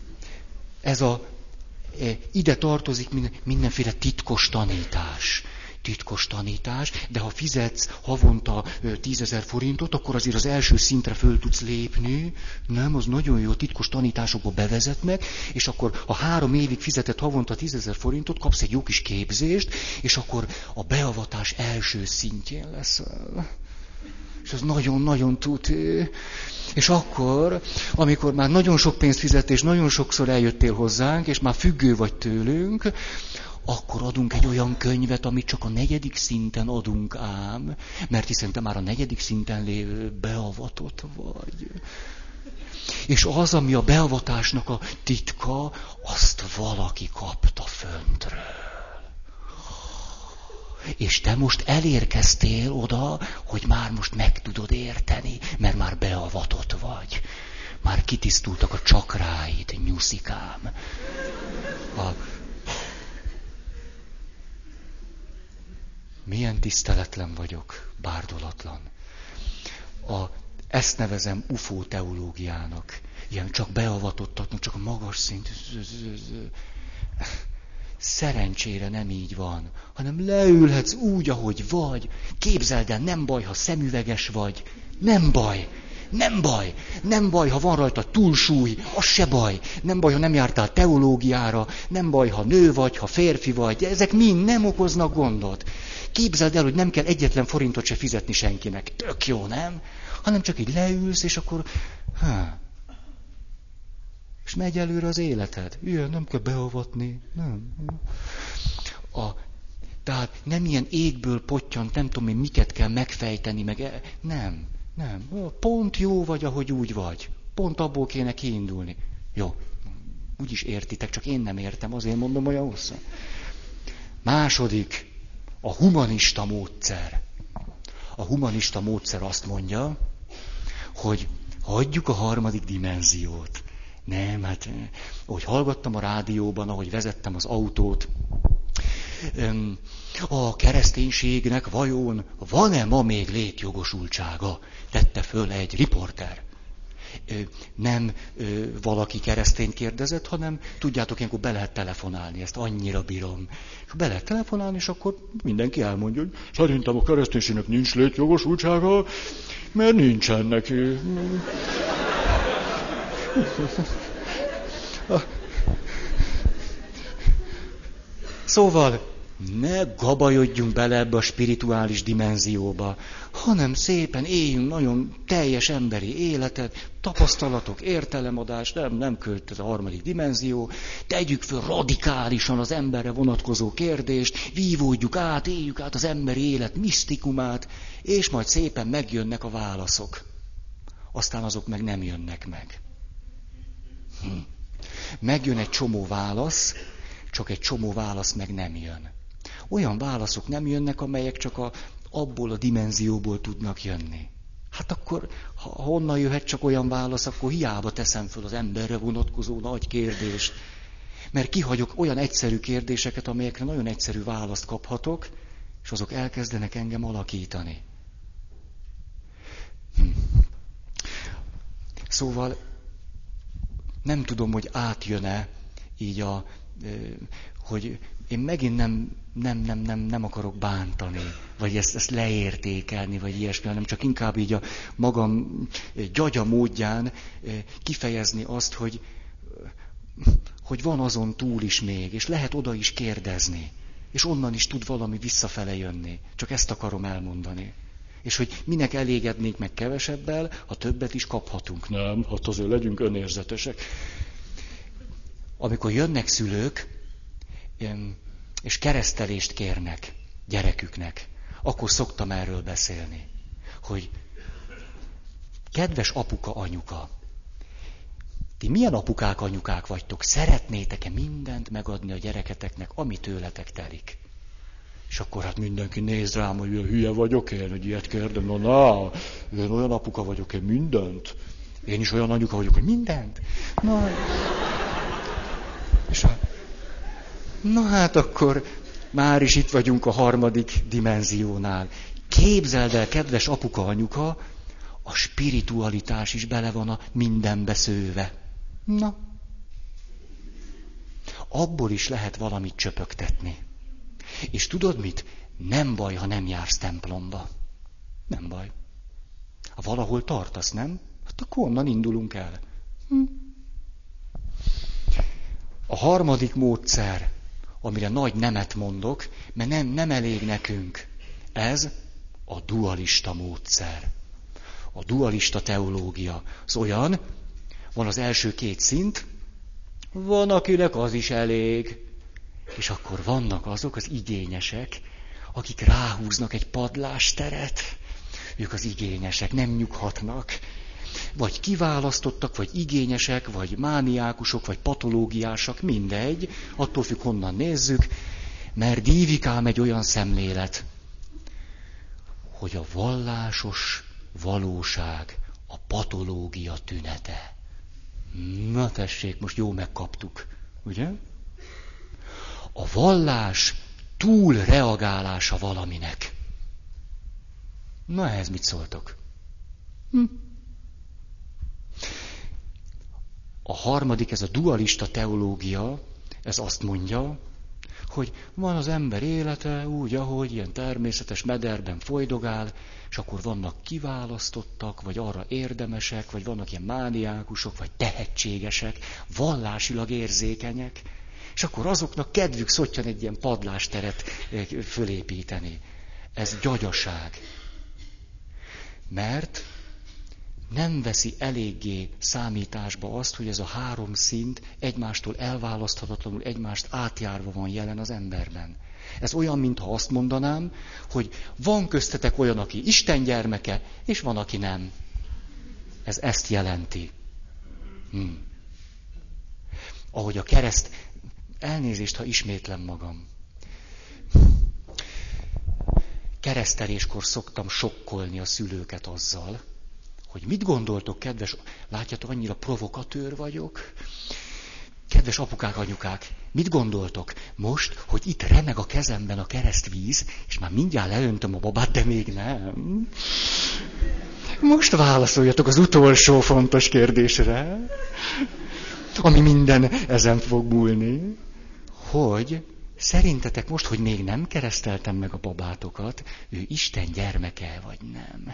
Ez a, ide tartozik minden, mindenféle titkos tanítás. titkos tanítás, de ha fizetsz havonta tízezer forintot, akkor azért az első szintre föl tudsz lépni. Nem, az nagyon jó, titkos tanításokba bevezetnek, és akkor ha három évig fizetett havonta tízezer forintot, kapsz egy jó kis képzést, és akkor a beavatás első szintjén leszel. És ez nagyon-nagyon tuti. És akkor, amikor már nagyon sok pénzt fizet, és nagyon sokszor eljöttél hozzánk, és már függő vagy tőlünk, akkor adunk egy olyan könyvet, amit csak a negyedik szinten adunk ám, mert hiszen te már a negyedik szinten lévő beavatott vagy. És az, ami a beavatásnak a titka, azt valaki kapta föntről. És te most elérkeztél oda, hogy már most meg tudod érteni, mert már beavatott vagy. Már kitisztultak a csakráid, nyuszikám. A... Milyen tiszteletlen vagyok, bárdolatlan. A, ezt nevezem ufó teológiának. Ilyen csak beavatottaknak, csak a magas szint. Szerencsére nem így van, hanem leülhetsz úgy, ahogy vagy. Képzeld el, nem baj, ha szemüveges vagy. Nem baj. Nem baj. Nem baj, ha van rajta túlsúly. Az se baj. Nem baj, ha nem jártál teológiára. Nem baj, ha nő vagy, ha férfi vagy. Ezek mind nem okoznak gondot. Képzeld el, hogy nem kell egyetlen forintot se fizetni senkinek. Tök jó, nem? Hanem csak így leülsz, és akkor... Há. És megy előre az életed. Ilyen, nem kell beavatni. Nem. A, tehát nem ilyen égből pottyant, nem tudom én, miket kell megfejteni, meg... E, nem, nem. Pont jó vagy, ahogy úgy vagy. Pont abból kéne kiindulni. Jó, úgyis értitek, csak én nem értem, azért mondom olyan hosszú. Második, a humanista módszer. A humanista módszer azt mondja, hogy hagyjuk a harmadik dimenziót. Nem, hát, ahogy hallgattam a rádióban, ahogy vezettem az autót, a kereszténységnek vajon van-e ma még létjogosultsága? Tette föl egy riporter. Nem valaki keresztényt kérdezett, hanem tudjátok, ilyenkor be lehet telefonálni, ezt annyira bírom. És be lehet telefonálni, és akkor mindenki elmondja, hogy szerintem a kereszténységnek nincs létjogosultsága, mert nincsen neki. Szóval ne gabajodjunk bele ebbe a spirituális dimenzióba, hanem szépen éljünk nagyon teljes emberi életet, tapasztalatok, értelemadás, nem, nem költ ez a harmadik dimenzió, tegyük föl radikálisan az emberre vonatkozó kérdést, vívódjuk át, éljük át az emberi élet misztikumát, és majd szépen megjönnek a válaszok. Aztán azok meg nem jönnek meg. Hm. Megjön egy csomó válasz, csak egy csomó válasz meg nem jön. Olyan válaszok nem jönnek, amelyek csak a, abból a dimenzióból tudnak jönni. Hát akkor, ha honnan jöhet csak olyan válasz, akkor hiába teszem föl az emberre vonatkozó nagy kérdést. Mert kihagyok olyan egyszerű kérdéseket, amelyekre nagyon egyszerű választ kaphatok, és azok elkezdenek engem alakítani. Hm. Szóval nem tudom, hogy átjön-e így a, hogy én megint nem, nem, nem, nem, nem akarok bántani, vagy ezt, ezt leértékelni, vagy ilyesmi, hanem csak inkább így a magam gyagya módján kifejezni azt, hogy, hogy van azon túl is még, és lehet oda is kérdezni, és onnan is tud valami visszafele jönni. Csak ezt akarom elmondani. És hogy minek elégednénk meg kevesebbel, ha többet is kaphatunk. Nem, hát azért legyünk önérzetesek. Amikor jönnek szülők, és keresztelést kérnek gyereküknek, akkor szoktam erről beszélni, hogy kedves apuka, anyuka, ti milyen apukák, anyukák vagytok? Szeretnétek-e mindent megadni a gyereketeknek, ami tőletek telik? És akkor hát mindenki néz rám, hogy hülye vagyok én, hogy ilyet kérdem. Na, na, én olyan apuka vagyok, én mindent. Én is olyan anyuka vagyok, hogy mindent. Na, és a, na hát akkor már is itt vagyunk a harmadik dimenziónál. Képzeld el, kedves apuka, anyuka, a spiritualitás is bele van a mindenbe szőve. Na, abból is lehet valamit csöpögtetni. És tudod mit? Nem baj, ha nem jársz templomba. Nem baj. Ha valahol tartasz, nem? Hát akkor onnan indulunk el. Hm. A harmadik módszer, amire nagy nemet mondok, mert nem, nem elég nekünk. Ez a dualista módszer. A dualista teológia. Az olyan, van az első két szint, van akinek az is elég. És akkor vannak azok az igényesek, akik ráhúznak egy padlásteret. Ők az igényesek, nem nyughatnak. Vagy kiválasztottak, vagy igényesek, vagy mániákusok, vagy patológiásak, mindegy, attól függ, honnan nézzük, mert dívik ám egy olyan szemlélet, hogy a vallásos valóság a patológia tünete. Na tessék, most jó megkaptuk, ugye? A vallás túlreagálása valaminek. Na ehhez mit szóltok? Hm. A harmadik, ez a dualista teológia, ez azt mondja, hogy van az ember élete úgy, ahogy ilyen természetes mederben folydogál, és akkor vannak kiválasztottak, vagy arra érdemesek, vagy vannak ilyen mániákusok, vagy tehetségesek, vallásilag érzékenyek, és akkor azoknak kedvük szottyan egy ilyen padlásteret fölépíteni. Ez gyagyaság. Mert nem veszi eléggé számításba azt, hogy ez a három szint egymástól elválaszthatatlanul, egymást átjárva van jelen az emberben. Ez olyan, mintha azt mondanám, hogy van köztetek olyan, aki Isten gyermeke, és van, aki nem. Ez ezt jelenti. Hm. Ahogy a kereszt... Elnézést, ha ismétlem magam. Kereszteléskor szoktam sokkolni a szülőket azzal, hogy mit gondoltok, kedves, látjátok, annyira provokatőr vagyok. Kedves apukák, anyukák, mit gondoltok most, hogy itt remeg a kezemben a keresztvíz, és már mindjárt leöntöm a babát, de még nem? Most válaszoljatok az utolsó fontos kérdésre, ami minden ezen fog múlni, hogy szerintetek most, hogy még nem kereszteltem meg a babátokat, ő Isten gyermeke vagy nem?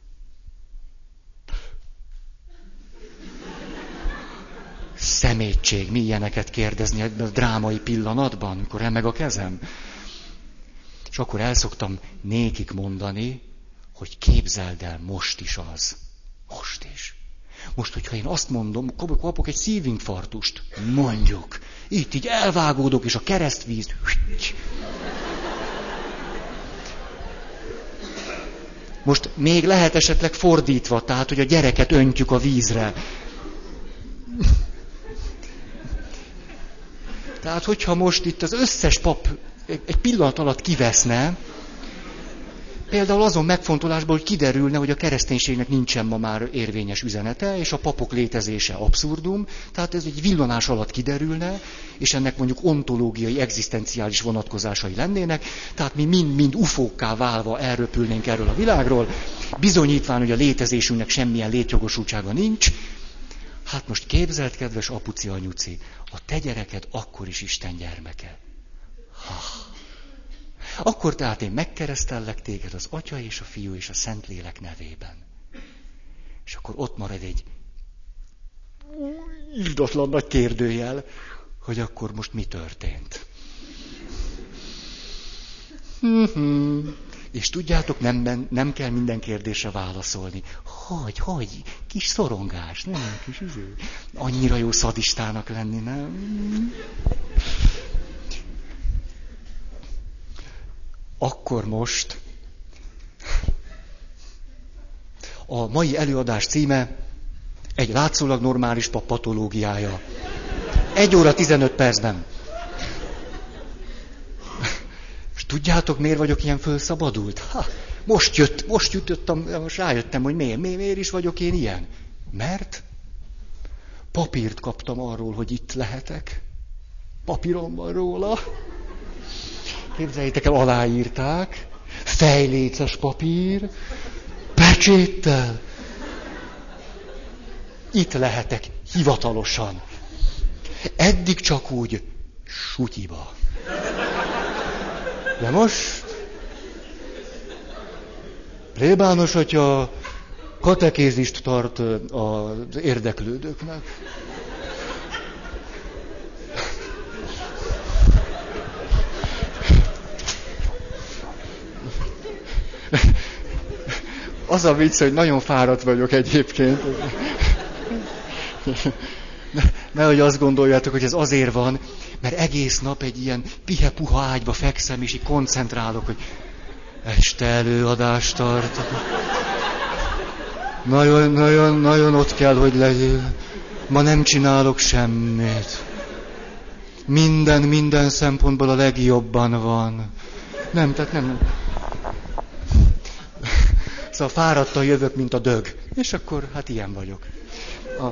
Szemétség, mi ilyeneket kérdezni ebben a drámai pillanatban, amikor remeg a kezem. És akkor el szoktam nékik mondani, hogy képzeld el, most is az. Most is. Most, hogyha én azt mondom, kapok egy szívinfarktust, mondjuk, itt így elvágódok, és a keresztvíz... Most még lehet esetleg fordítva, tehát, hogy a gyereket öntjük a vízre. Tehát, hogyha most itt az összes pap egy pillanat alatt kiveszne, például azon megfontolásból, hogy kiderülne, hogy a kereszténységnek nincsen ma már érvényes üzenete, és a papok létezése abszurdum, tehát ez egy villanás alatt kiderülne, és ennek mondjuk ontológiai, egzisztenciális vonatkozásai lennének, tehát mi mind-mind ufókká válva elröpülnénk erről a világról, bizonyítván, hogy a létezésünknek semmilyen létjogosultsága nincs. Hát most képzeld, kedves apuci, anyuci, a te gyereked akkor is Isten gyermeke. Ha. Akkor tehát én megkeresztellek téged az Atya és a Fiú és a Szentlélek nevében. És akkor ott marad egy irdatlan nagy kérdőjel, hogy akkor most mi történt. És tudjátok, nem, nem kell minden kérdésre válaszolni. Hogy, hogy, kis szorongás, nem? Kis üző. Annyira jó szadistának lenni, nem? Akkor most a mai előadás címe egy látszólag normális pap patológiája. Egy óra tizenöt percben. És tudjátok, miért vagyok ilyen fölszabadult? Ha, most jött, most jutottam, most rájöttem, hogy miért, miért, miért is vagyok én ilyen. Mert papírt kaptam arról, hogy itt lehetek. Papírom van róla. Képzeljétek el, aláírták, fejléces papír, pecséttel. Itt lehetek, hivatalosan. Eddig csak úgy, sutyiba. De most Plébános atya katekézist tart az érdeklődőknek. Az a vicc, hogy nagyon fáradt vagyok egyébként. Nehogy azt gondoljátok, hogy ez azért van, mert egész nap egy ilyen pihe-puha ágyba fekszem, és így koncentrálok, hogy este előadást tart. Nagyon, nagyon, nagyon ott kell, hogy legyél. Ma nem csinálok semmit. Minden, minden szempontból a legjobban van. Nem, tehát nem. Szóval fáradtan jövök, mint a dög. És akkor, hát ilyen vagyok. A...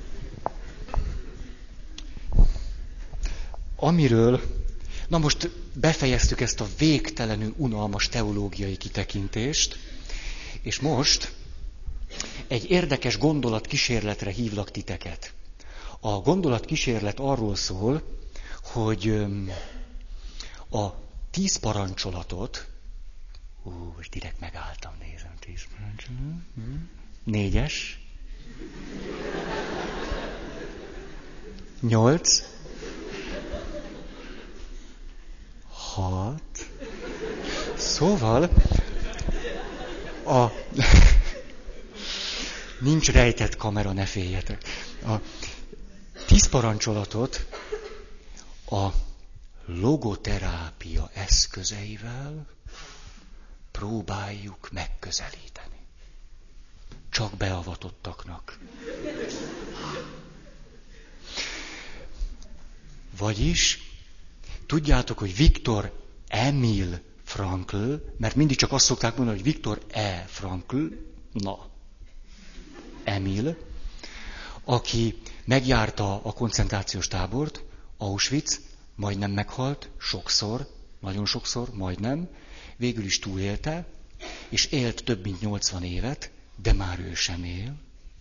Amiről, na most befejeztük ezt a végtelenül unalmas teológiai kitekintést, és most egy érdekes gondolatkísérletre hívlak titeket. A gondolatkísérlet arról szól, hogy a tíz parancsolatot, ú, most direkt megálltam, nézem, tíz parancsolat, négyes, nyolc, hat, szóval a... Nincs rejtett kamera, ne féljetek. A tíz parancsolatot a logoterápia eszközeivel próbáljuk megközelíteni. Csak beavatottaknak. Vagyis, tudjátok, hogy Viktor Emil Frankl, mert mindig csak azt szokták mondani, hogy Viktor E. Frankl, na, Emil, aki megjárta a koncentrációs tábort, Auschwitz, majdnem meghalt, sokszor, nagyon sokszor, majdnem, végül is túlélte, és élt több mint nyolcvan évet, de már ő sem él.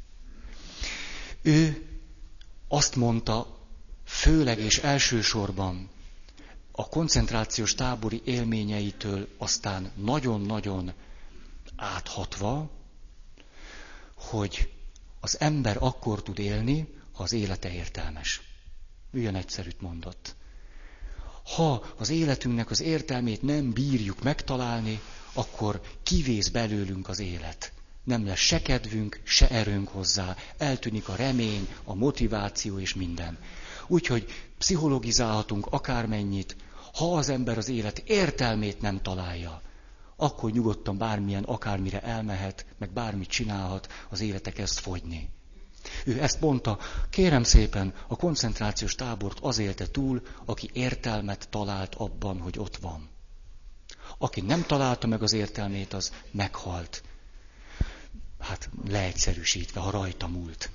Ő azt mondta, főleg és elsősorban a koncentrációs tábori élményeitől aztán nagyon-nagyon áthatva, hogy az ember akkor tud élni, ha az élete értelmes. Ilyen egyszerűt mondott. Ha az életünknek az értelmét nem bírjuk megtalálni, akkor kivész belőlünk az élet. Nem lesz se kedvünk, se erőnk hozzá, eltűnik a remény, a motiváció és minden. Úgyhogy pszichologizálhatunk akármennyit, ha az ember az élet értelmét nem találja, akkor nyugodtan bármilyen, akármire elmehet, meg bármit csinálhat, az élete kezd fogyni. Ő ezt mondta, kérem szépen, a koncentrációs tábort az élte túl, aki értelmet talált abban, hogy ott van. Aki nem találta meg az értelmét, az meghalt. Hát leegyszerűsítve, ha rajta múlt.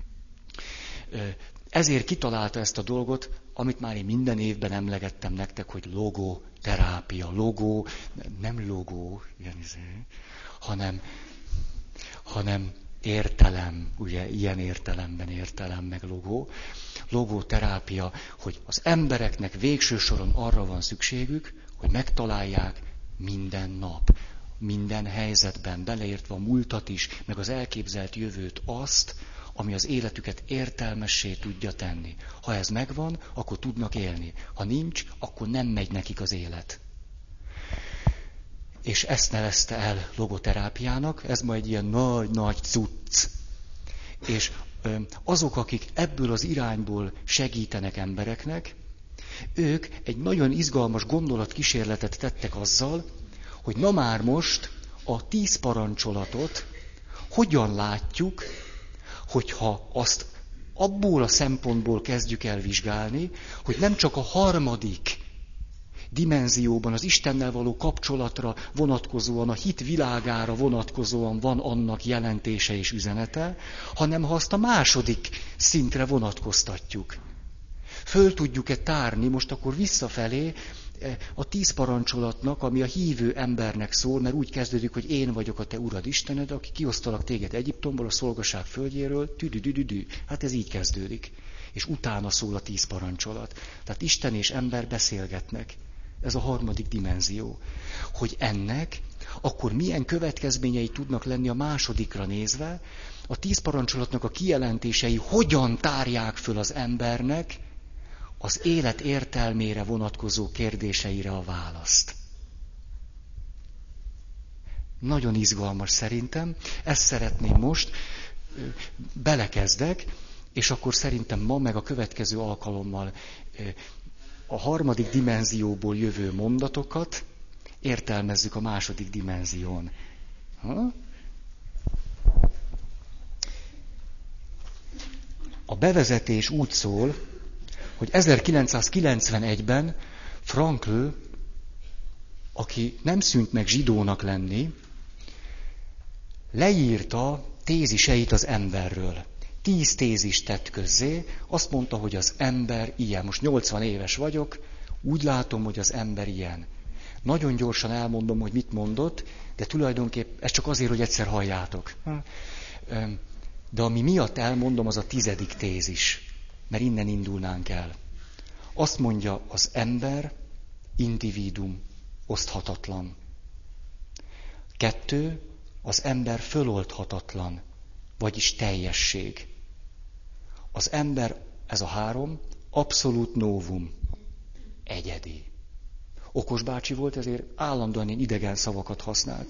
Ezért kitalálta ezt a dolgot, amit már én minden évben emlegettem nektek, hogy logoterápia. Logó, nem logó, hanem, hanem értelem, ugye ilyen értelemben értelem, meg logó. Logoterápia, hogy az embereknek végső soron arra van szükségük, hogy megtalálják minden nap, minden helyzetben, beleértve a múltat is, meg az elképzelt jövőt, azt, ami az életüket értelmessé tudja tenni. Ha ez megvan, akkor tudnak élni. Ha nincs, akkor nem megy nekik az élet. És ezt nevezte el logoterápiának, ez ma egy ilyen nagy-nagy cucc. És azok, akik ebből az irányból segítenek embereknek, ők egy nagyon izgalmas gondolatkísérletet tettek azzal, hogy na már most a tíz parancsolatot hogyan látjuk, hogyha azt abból a szempontból kezdjük el vizsgálni, hogy nem csak a harmadik dimenzióban, az Istennel való kapcsolatra vonatkozóan, a hit világára vonatkozóan van annak jelentése és üzenete, hanem ha azt a második szintre vonatkoztatjuk. Föl tudjuk-e tárni most akkor visszafelé a tíz parancsolatnak, ami a hívő embernek szól, mert úgy kezdődik, hogy én vagyok a te Urad Istened, aki kiosztalak téged Egyiptomból, a szolgaság földjéről, tüdüdüdüdü. Hát ez így kezdődik. És utána szól a tíz parancsolat. Tehát Isten és ember beszélgetnek. Ez a harmadik dimenzió. Hogy ennek akkor milyen következményei tudnak lenni a másodikra nézve, a tíz parancsolatnak a kijelentései hogyan tárják föl az embernek az élet értelmére vonatkozó kérdéseire a választ. Nagyon izgalmas szerintem, ezt szeretném most, belekezdek, és akkor szerintem ma meg a következő alkalommal a harmadik dimenzióból jövő mondatokat értelmezzük a második dimenzión. Ha? A bevezetés úgy szól, hogy ezerkilencszázkilencvenegyben Frankl, aki nem szűnt meg zsidónak lenni, leírta téziseit az emberről. Tíz tézist tett közzé, azt mondta, hogy az ember ilyen. Most nyolcvan éves vagyok, úgy látom, hogy az ember ilyen. Nagyon gyorsan elmondom, hogy mit mondott, de tulajdonképpen ez csak azért, hogy egyszer halljátok. De ami miatt elmondom, az a tizedik tézis, mert innen indulnánk el. Azt mondja, az ember individuum, oszthatatlan. Kettő, az ember föloldhatatlan, vagyis teljesség. Az ember, ez a három, abszolút novum, egyedi. Okos bácsi volt, ezért állandóan ilyen idegen szavakat használt.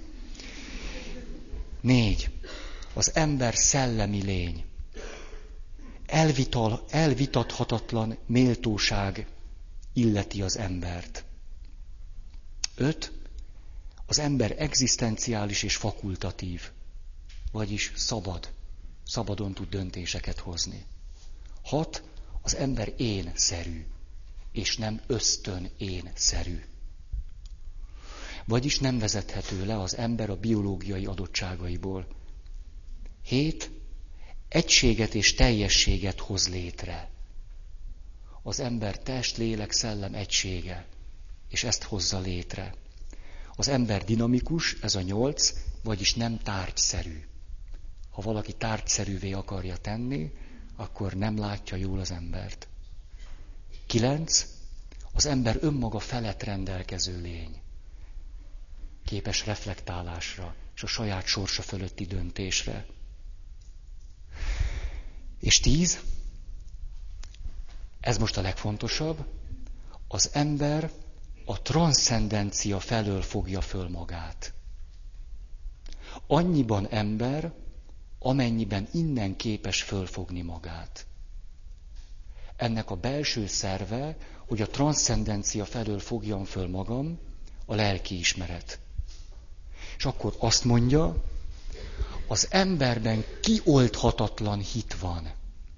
Négy, az ember szellemi lény. Elvital, elvitathatatlan méltóság illeti az embert. Öt, az ember egzisztenciális és fakultatív, vagyis szabad, szabadon tud döntéseket hozni. Hat, az ember én-szerű, és nem ösztön én-szerű. Vagyis nem vezethető le az ember a biológiai adottságaiból. Hét, egységet és teljességet hoz létre. Az ember test, lélek, szellem egysége, és ezt hozza létre. Az ember dinamikus, ez a nyolc, vagyis nem tárgyszerű. Ha valaki tárgyszerűvé akarja tenni, akkor nem látja jól az embert. Kilenc, az ember önmaga felett rendelkező lény. Képes reflektálásra, és a saját sorsa fölötti döntésre. És tíz, ez most a legfontosabb, az ember a transzcendencia felől fogja föl magát. Annyiban ember, amennyiben innen képes fölfogni magát. Ennek a belső szerve, hogy a transzcendencia felől fogjam föl magam, a lelkiismeret. És akkor azt mondja, az emberben kioldhatatlan hit van.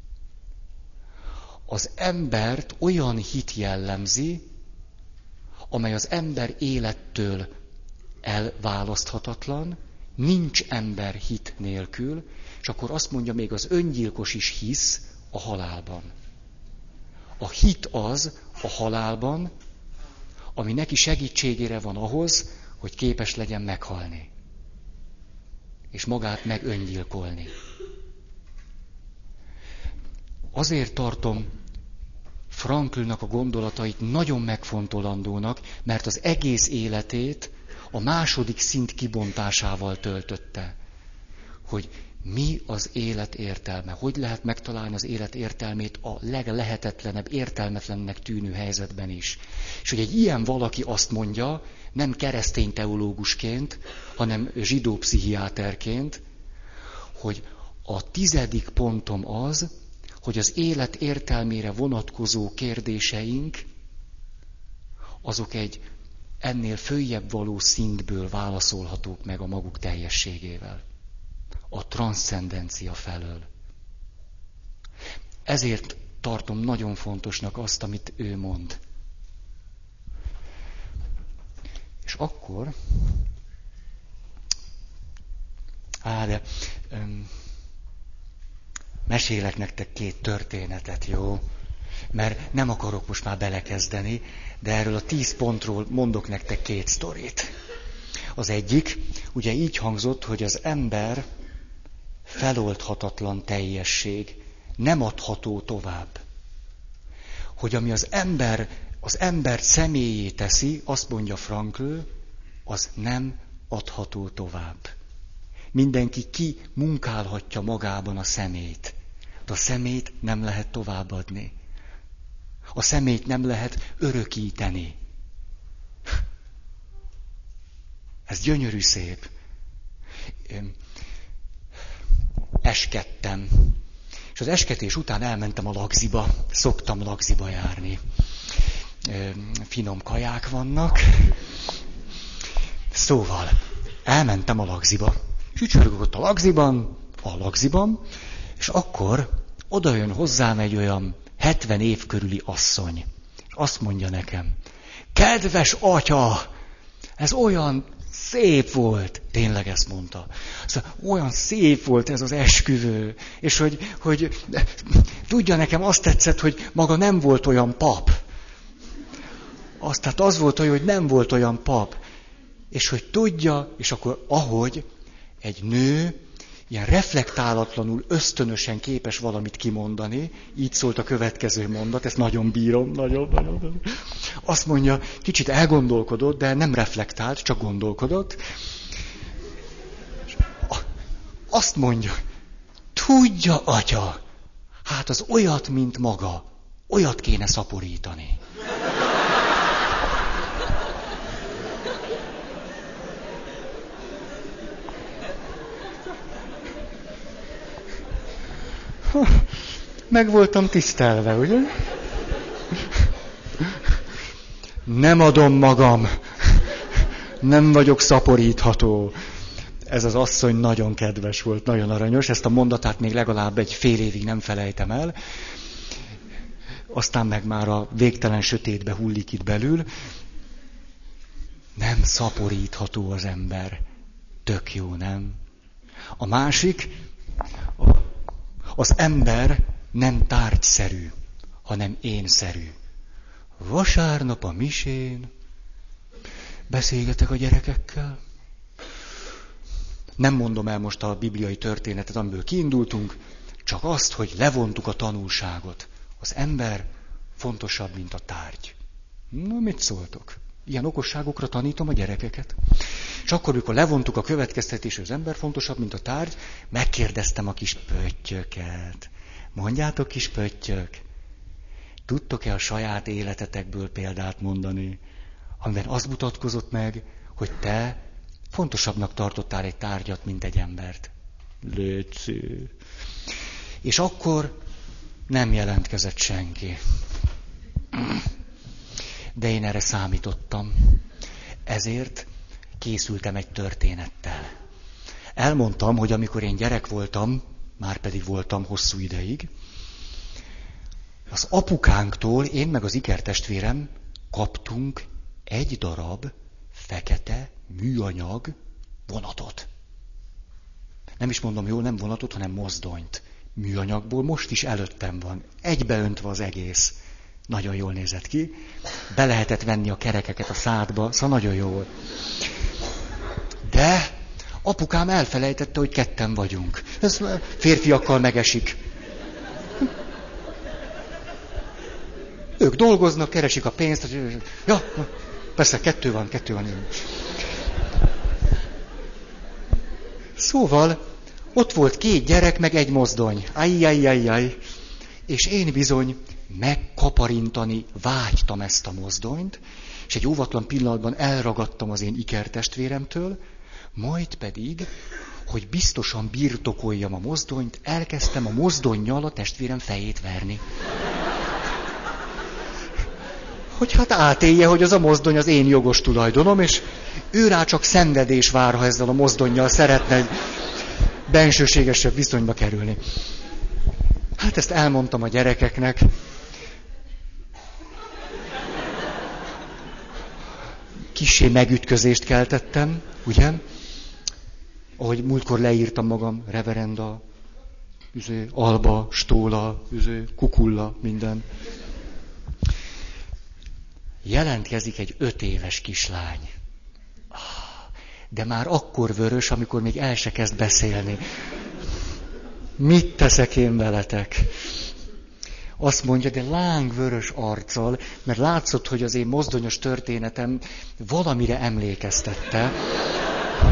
Az embert olyan hit jellemzi, amely az ember élettől elválaszthatatlan, nincs ember hit nélkül, és akkor azt mondja, még az öngyilkos is hisz a halálban. A hit az a halálban, ami neki segítségére van ahhoz, hogy képes legyen meghalni. És magát meg öngyilkolni. Azért tartom Franklnak a gondolatait nagyon megfontolandónak, mert az egész életét a második szint kibontásával töltötte. Hogy mi az élet értelme? Hogy lehet megtalálni az élet értelmét a leglehetetlenebb, értelmetlennek tűnő helyzetben is? És hogy egy ilyen valaki azt mondja, nem keresztény teológusként, hanem zsidó pszichiáterként, hogy a tizedik pontom az, hogy az élet értelmére vonatkozó kérdéseink, azok egy ennél följebb való szintből válaszolhatók meg a maguk teljességével. A transzcendencia felől. Ezért tartom nagyon fontosnak azt, amit ő mond. És akkor... Á, de... Um, mesélek nektek két történetet, jó? Mert nem akarok most már belekezdeni, de erről a tíz pontról mondok nektek két sztorit. Az egyik, ugye így hangzott, hogy az ember feloldhatatlan teljesség, nem adható tovább. Hogy ami az ember, az ember személyé teszi, azt mondja Frankl, az nem adható tovább. Mindenki ki munkálhatja magában a szemét. De a szemét nem lehet továbbadni. A szemét nem lehet örökíteni. Ez gyönyörű szép. Eskedtem. És az esketés után elmentem a Lagziba. Szoktam Lagziba járni. Finom kaják vannak. Szóval, elmentem a Lagziba. És ücsörgök ott a Lagziban, a Lagziban, és akkor oda jön hozzám egy olyan hetven év körüli asszony. És azt mondja nekem, kedves atya, ez olyan szép volt. Tényleg ezt mondta. Szóval, olyan szép volt ez az esküvő. És hogy, hogy tudja, nekem azt tetszett, hogy maga nem volt olyan pap. Azt, tehát az volt, hogy nem volt olyan pap. És hogy tudja, és akkor ahogy egy nő ilyen reflektálatlanul, ösztönösen képes valamit kimondani, így szólt a következő mondat, ezt nagyon bírom, nagyon, nagyon, nagyon. Azt mondja, kicsit elgondolkodott, de nem reflektált, csak gondolkodott. Azt mondja, tudja, atya, hát az olyat, mint maga, olyat kéne szaporítani. Meg voltam tisztelve, ugye? Nem adom magam. Nem vagyok szaporítható. Ez az asszony nagyon kedves volt, nagyon aranyos. Ezt a mondatát még legalább egy fél évig nem felejtem el. Aztán meg már a végtelen sötétbe hullik itt belül. Nem szaporítható az ember. Tök jó, nem? A másik, az ember nem tárgyszerű, hanem énszerű. Vasárnap a misén beszélgetek a gyerekekkel. Nem mondom el most a bibliai történetet, amiből kiindultunk, csak azt, hogy levontuk a tanulságot. Az ember fontosabb, mint a tárgy. Na, mit szóltok? Ilyen okosságokra tanítom a gyerekeket. És akkor, amikor levontuk a következtetést, hogy az ember fontosabb, mint a tárgy, megkérdeztem a kis pöttyöket. Mondjátok, kis pöttyök, tudtok-e a saját életetekből példát mondani, amiben az mutatkozott meg, hogy te fontosabbnak tartottál egy tárgyat, mint egy embert? Léci. És akkor nem jelentkezett senki. De én erre számítottam. Ezért készültem egy történettel. Elmondtam, hogy amikor én gyerek voltam, már pedig voltam hosszú ideig, az apukánktól, én meg az ikertestvérem kaptunk egy darab fekete műanyag vonatot. Nem is mondom jól, nem vonatot, hanem mozdonyt. Műanyagból, most is előttem van. Egybeöntve az egész. Nagyon jól nézett ki. Be lehetett venni a kerekeket a szádba, szóval nagyon jó volt. De apukám elfelejtette, hogy ketten vagyunk. Ez férfiakkal megesik. Ők dolgoznak, keresik a pénzt. Ja, persze, kettő van, kettő van. Szóval ott volt két gyerek, meg egy mozdony. Ajjajjajjaj. És én bizony megkaparintani vágytam ezt a mozdonyt, és egy óvatlan pillanatban elragadtam az én ikertestvéremtől, majd pedig, hogy biztosan birtokoljam a mozdonyt, elkezdtem a mozdonnyal a testvérem fejét verni. Hogy hát átélje, hogy az a mozdony az én jogos tulajdonom, és ő rá csak szenvedés vár, ha ezzel a mozdonnyal szeretne egy bensőségesebb viszonyba kerülni. Hát ezt elmondtam a gyerekeknek. Kissé megütközést keltettem, ugye? Ahogy múltkor leírtam magam, reverenda, üző, alba, stóla, üző, kukulla, minden. Jelentkezik egy öt éves kislány. De már akkor vörös, amikor még el se kezd beszélni. Mit teszek én veletek? Azt mondja, de lángvörös arccal, mert látszott, hogy az én mozdonyos történetem valamire emlékeztette.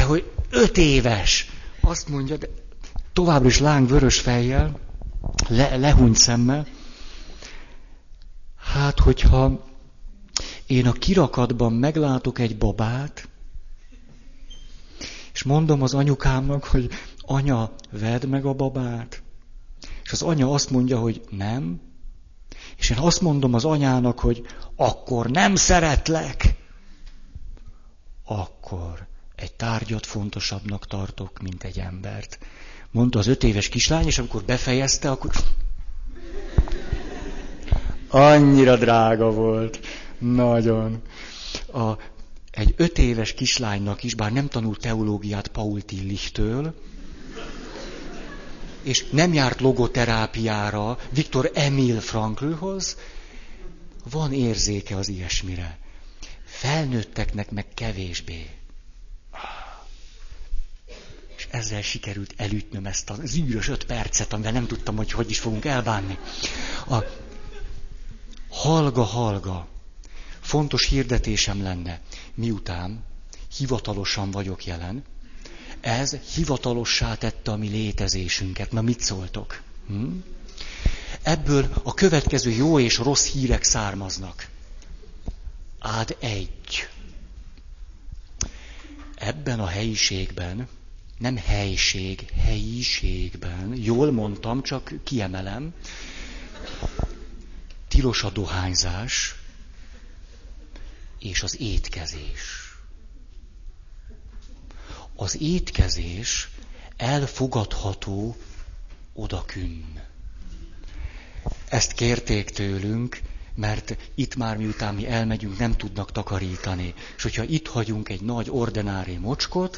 hogy öt éves. Azt mondja, de továbbra is láng vörös fejjel, le, lehúnyt szemmel. Hát, hogyha én a kirakatban meglátok egy babát, és mondom az anyukámnak, hogy anya, vedd meg a babát. És az anya azt mondja, hogy nem. És én azt mondom az anyának, hogy akkor nem szeretlek. Akkor egy tárgyat fontosabbnak tartok, mint egy embert. Mondta az öt éves kislány, és amikor befejezte, akkor annyira drága volt. Nagyon. A, egy öt éves kislánynak is, bár nem tanult teológiát Paul Tillichtől, és nem járt logoterápiára Viktor Emil Franklhoz, van érzéke az ilyesmire. Felnőtteknek meg kevésbé. És ezzel sikerült elütnöm ezt az zűrös öt percet, amivel nem tudtam, hogy hogy is fogunk elbánni. A hallga, hallga. Fontos hirdetésem lenne, miután hivatalosan vagyok jelen, ez hivatalossá tette a mi létezésünket. Na mit szóltok? Hm? Ebből a következő jó és rossz hírek származnak. Ád egy. Ebben a helyiségben, nem helység, helyiségben, jól mondtam, csak kiemelem, tilos a dohányzás és az étkezés. Az étkezés elfogadható odakünn. Ezt kérték tőlünk, mert itt már miután mi elmegyünk, nem tudnak takarítani. És hogyha itt hagyunk egy nagy ordinári mocskot,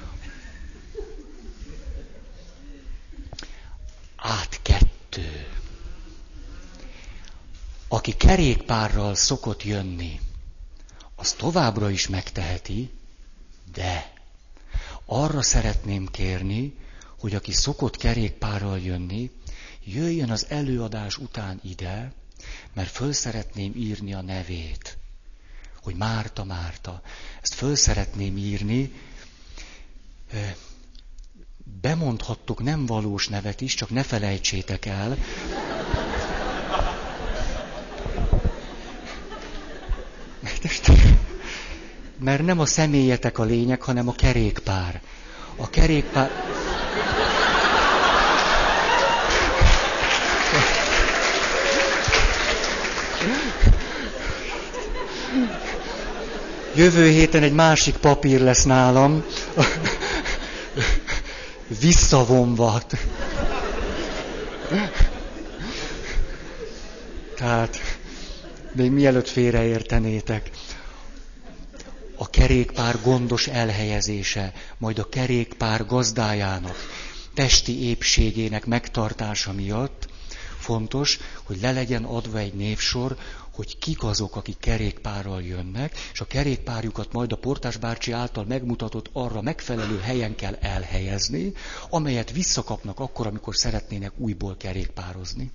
át kettő. Aki kerékpárral szokott jönni, az továbbra is megteheti, de arra szeretném kérni, hogy aki szokott kerékpárral jönni, jöjjön az előadás után ide, mert föl szeretném írni a nevét, hogy Márta, Márta. Ezt föl szeretném írni. Bemondhattok nem valós nevet is, csak ne felejtsétek el. Mert nem a személyetek a lényeg, hanem a kerékpár. A kerékpár... Jövő héten egy másik papír lesz nálam. Visszavonva. Tehát, még mielőtt félreértenétek. A kerékpár gondos elhelyezése, majd a kerékpár gazdájának, testi épségének megtartása miatt fontos, hogy le legyen adva egy névsor, hogy kik azok, akik kerékpárral jönnek, és a kerékpárjukat majd a portás bácsi által megmutatott arra megfelelő helyen kell elhelyezni, amelyet visszakapnak akkor, amikor szeretnének újból kerékpározni.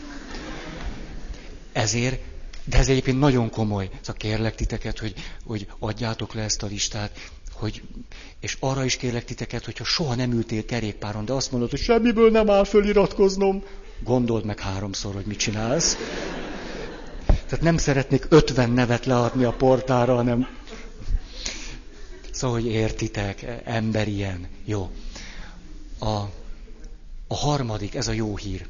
Ezért, de ez egyébként nagyon komoly. Szóval kérlek titeket, hogy, hogy adjátok le ezt a listát, hogy, és arra is kérlek titeket, hogyha soha nem ültél kerékpáron, de azt mondod, hogy semmiből nem áll föliratkoznom, gondold meg háromszor, hogy mit csinálsz. Tehát nem szeretnék ötven nevet leadni a portára, hanem... Szóval, hogy értitek, ember ilyen. Jó. A, a harmadik, ez a jó hír.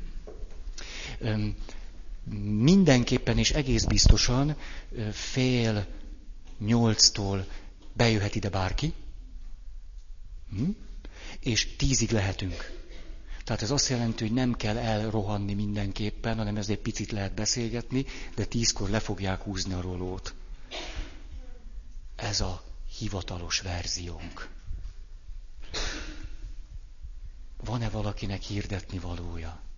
Mindenképpen és egész biztosan fél nyolctól bejöhet ide bárki, hm? És tízig lehetünk. Tehát ez azt jelenti, hogy nem kell elrohanni mindenképpen, hanem ezért picit lehet beszélgetni, de tízkor le fogják húzni a rolót. Ez a hivatalos verziónk. Van-e valakinek hirdetni valója?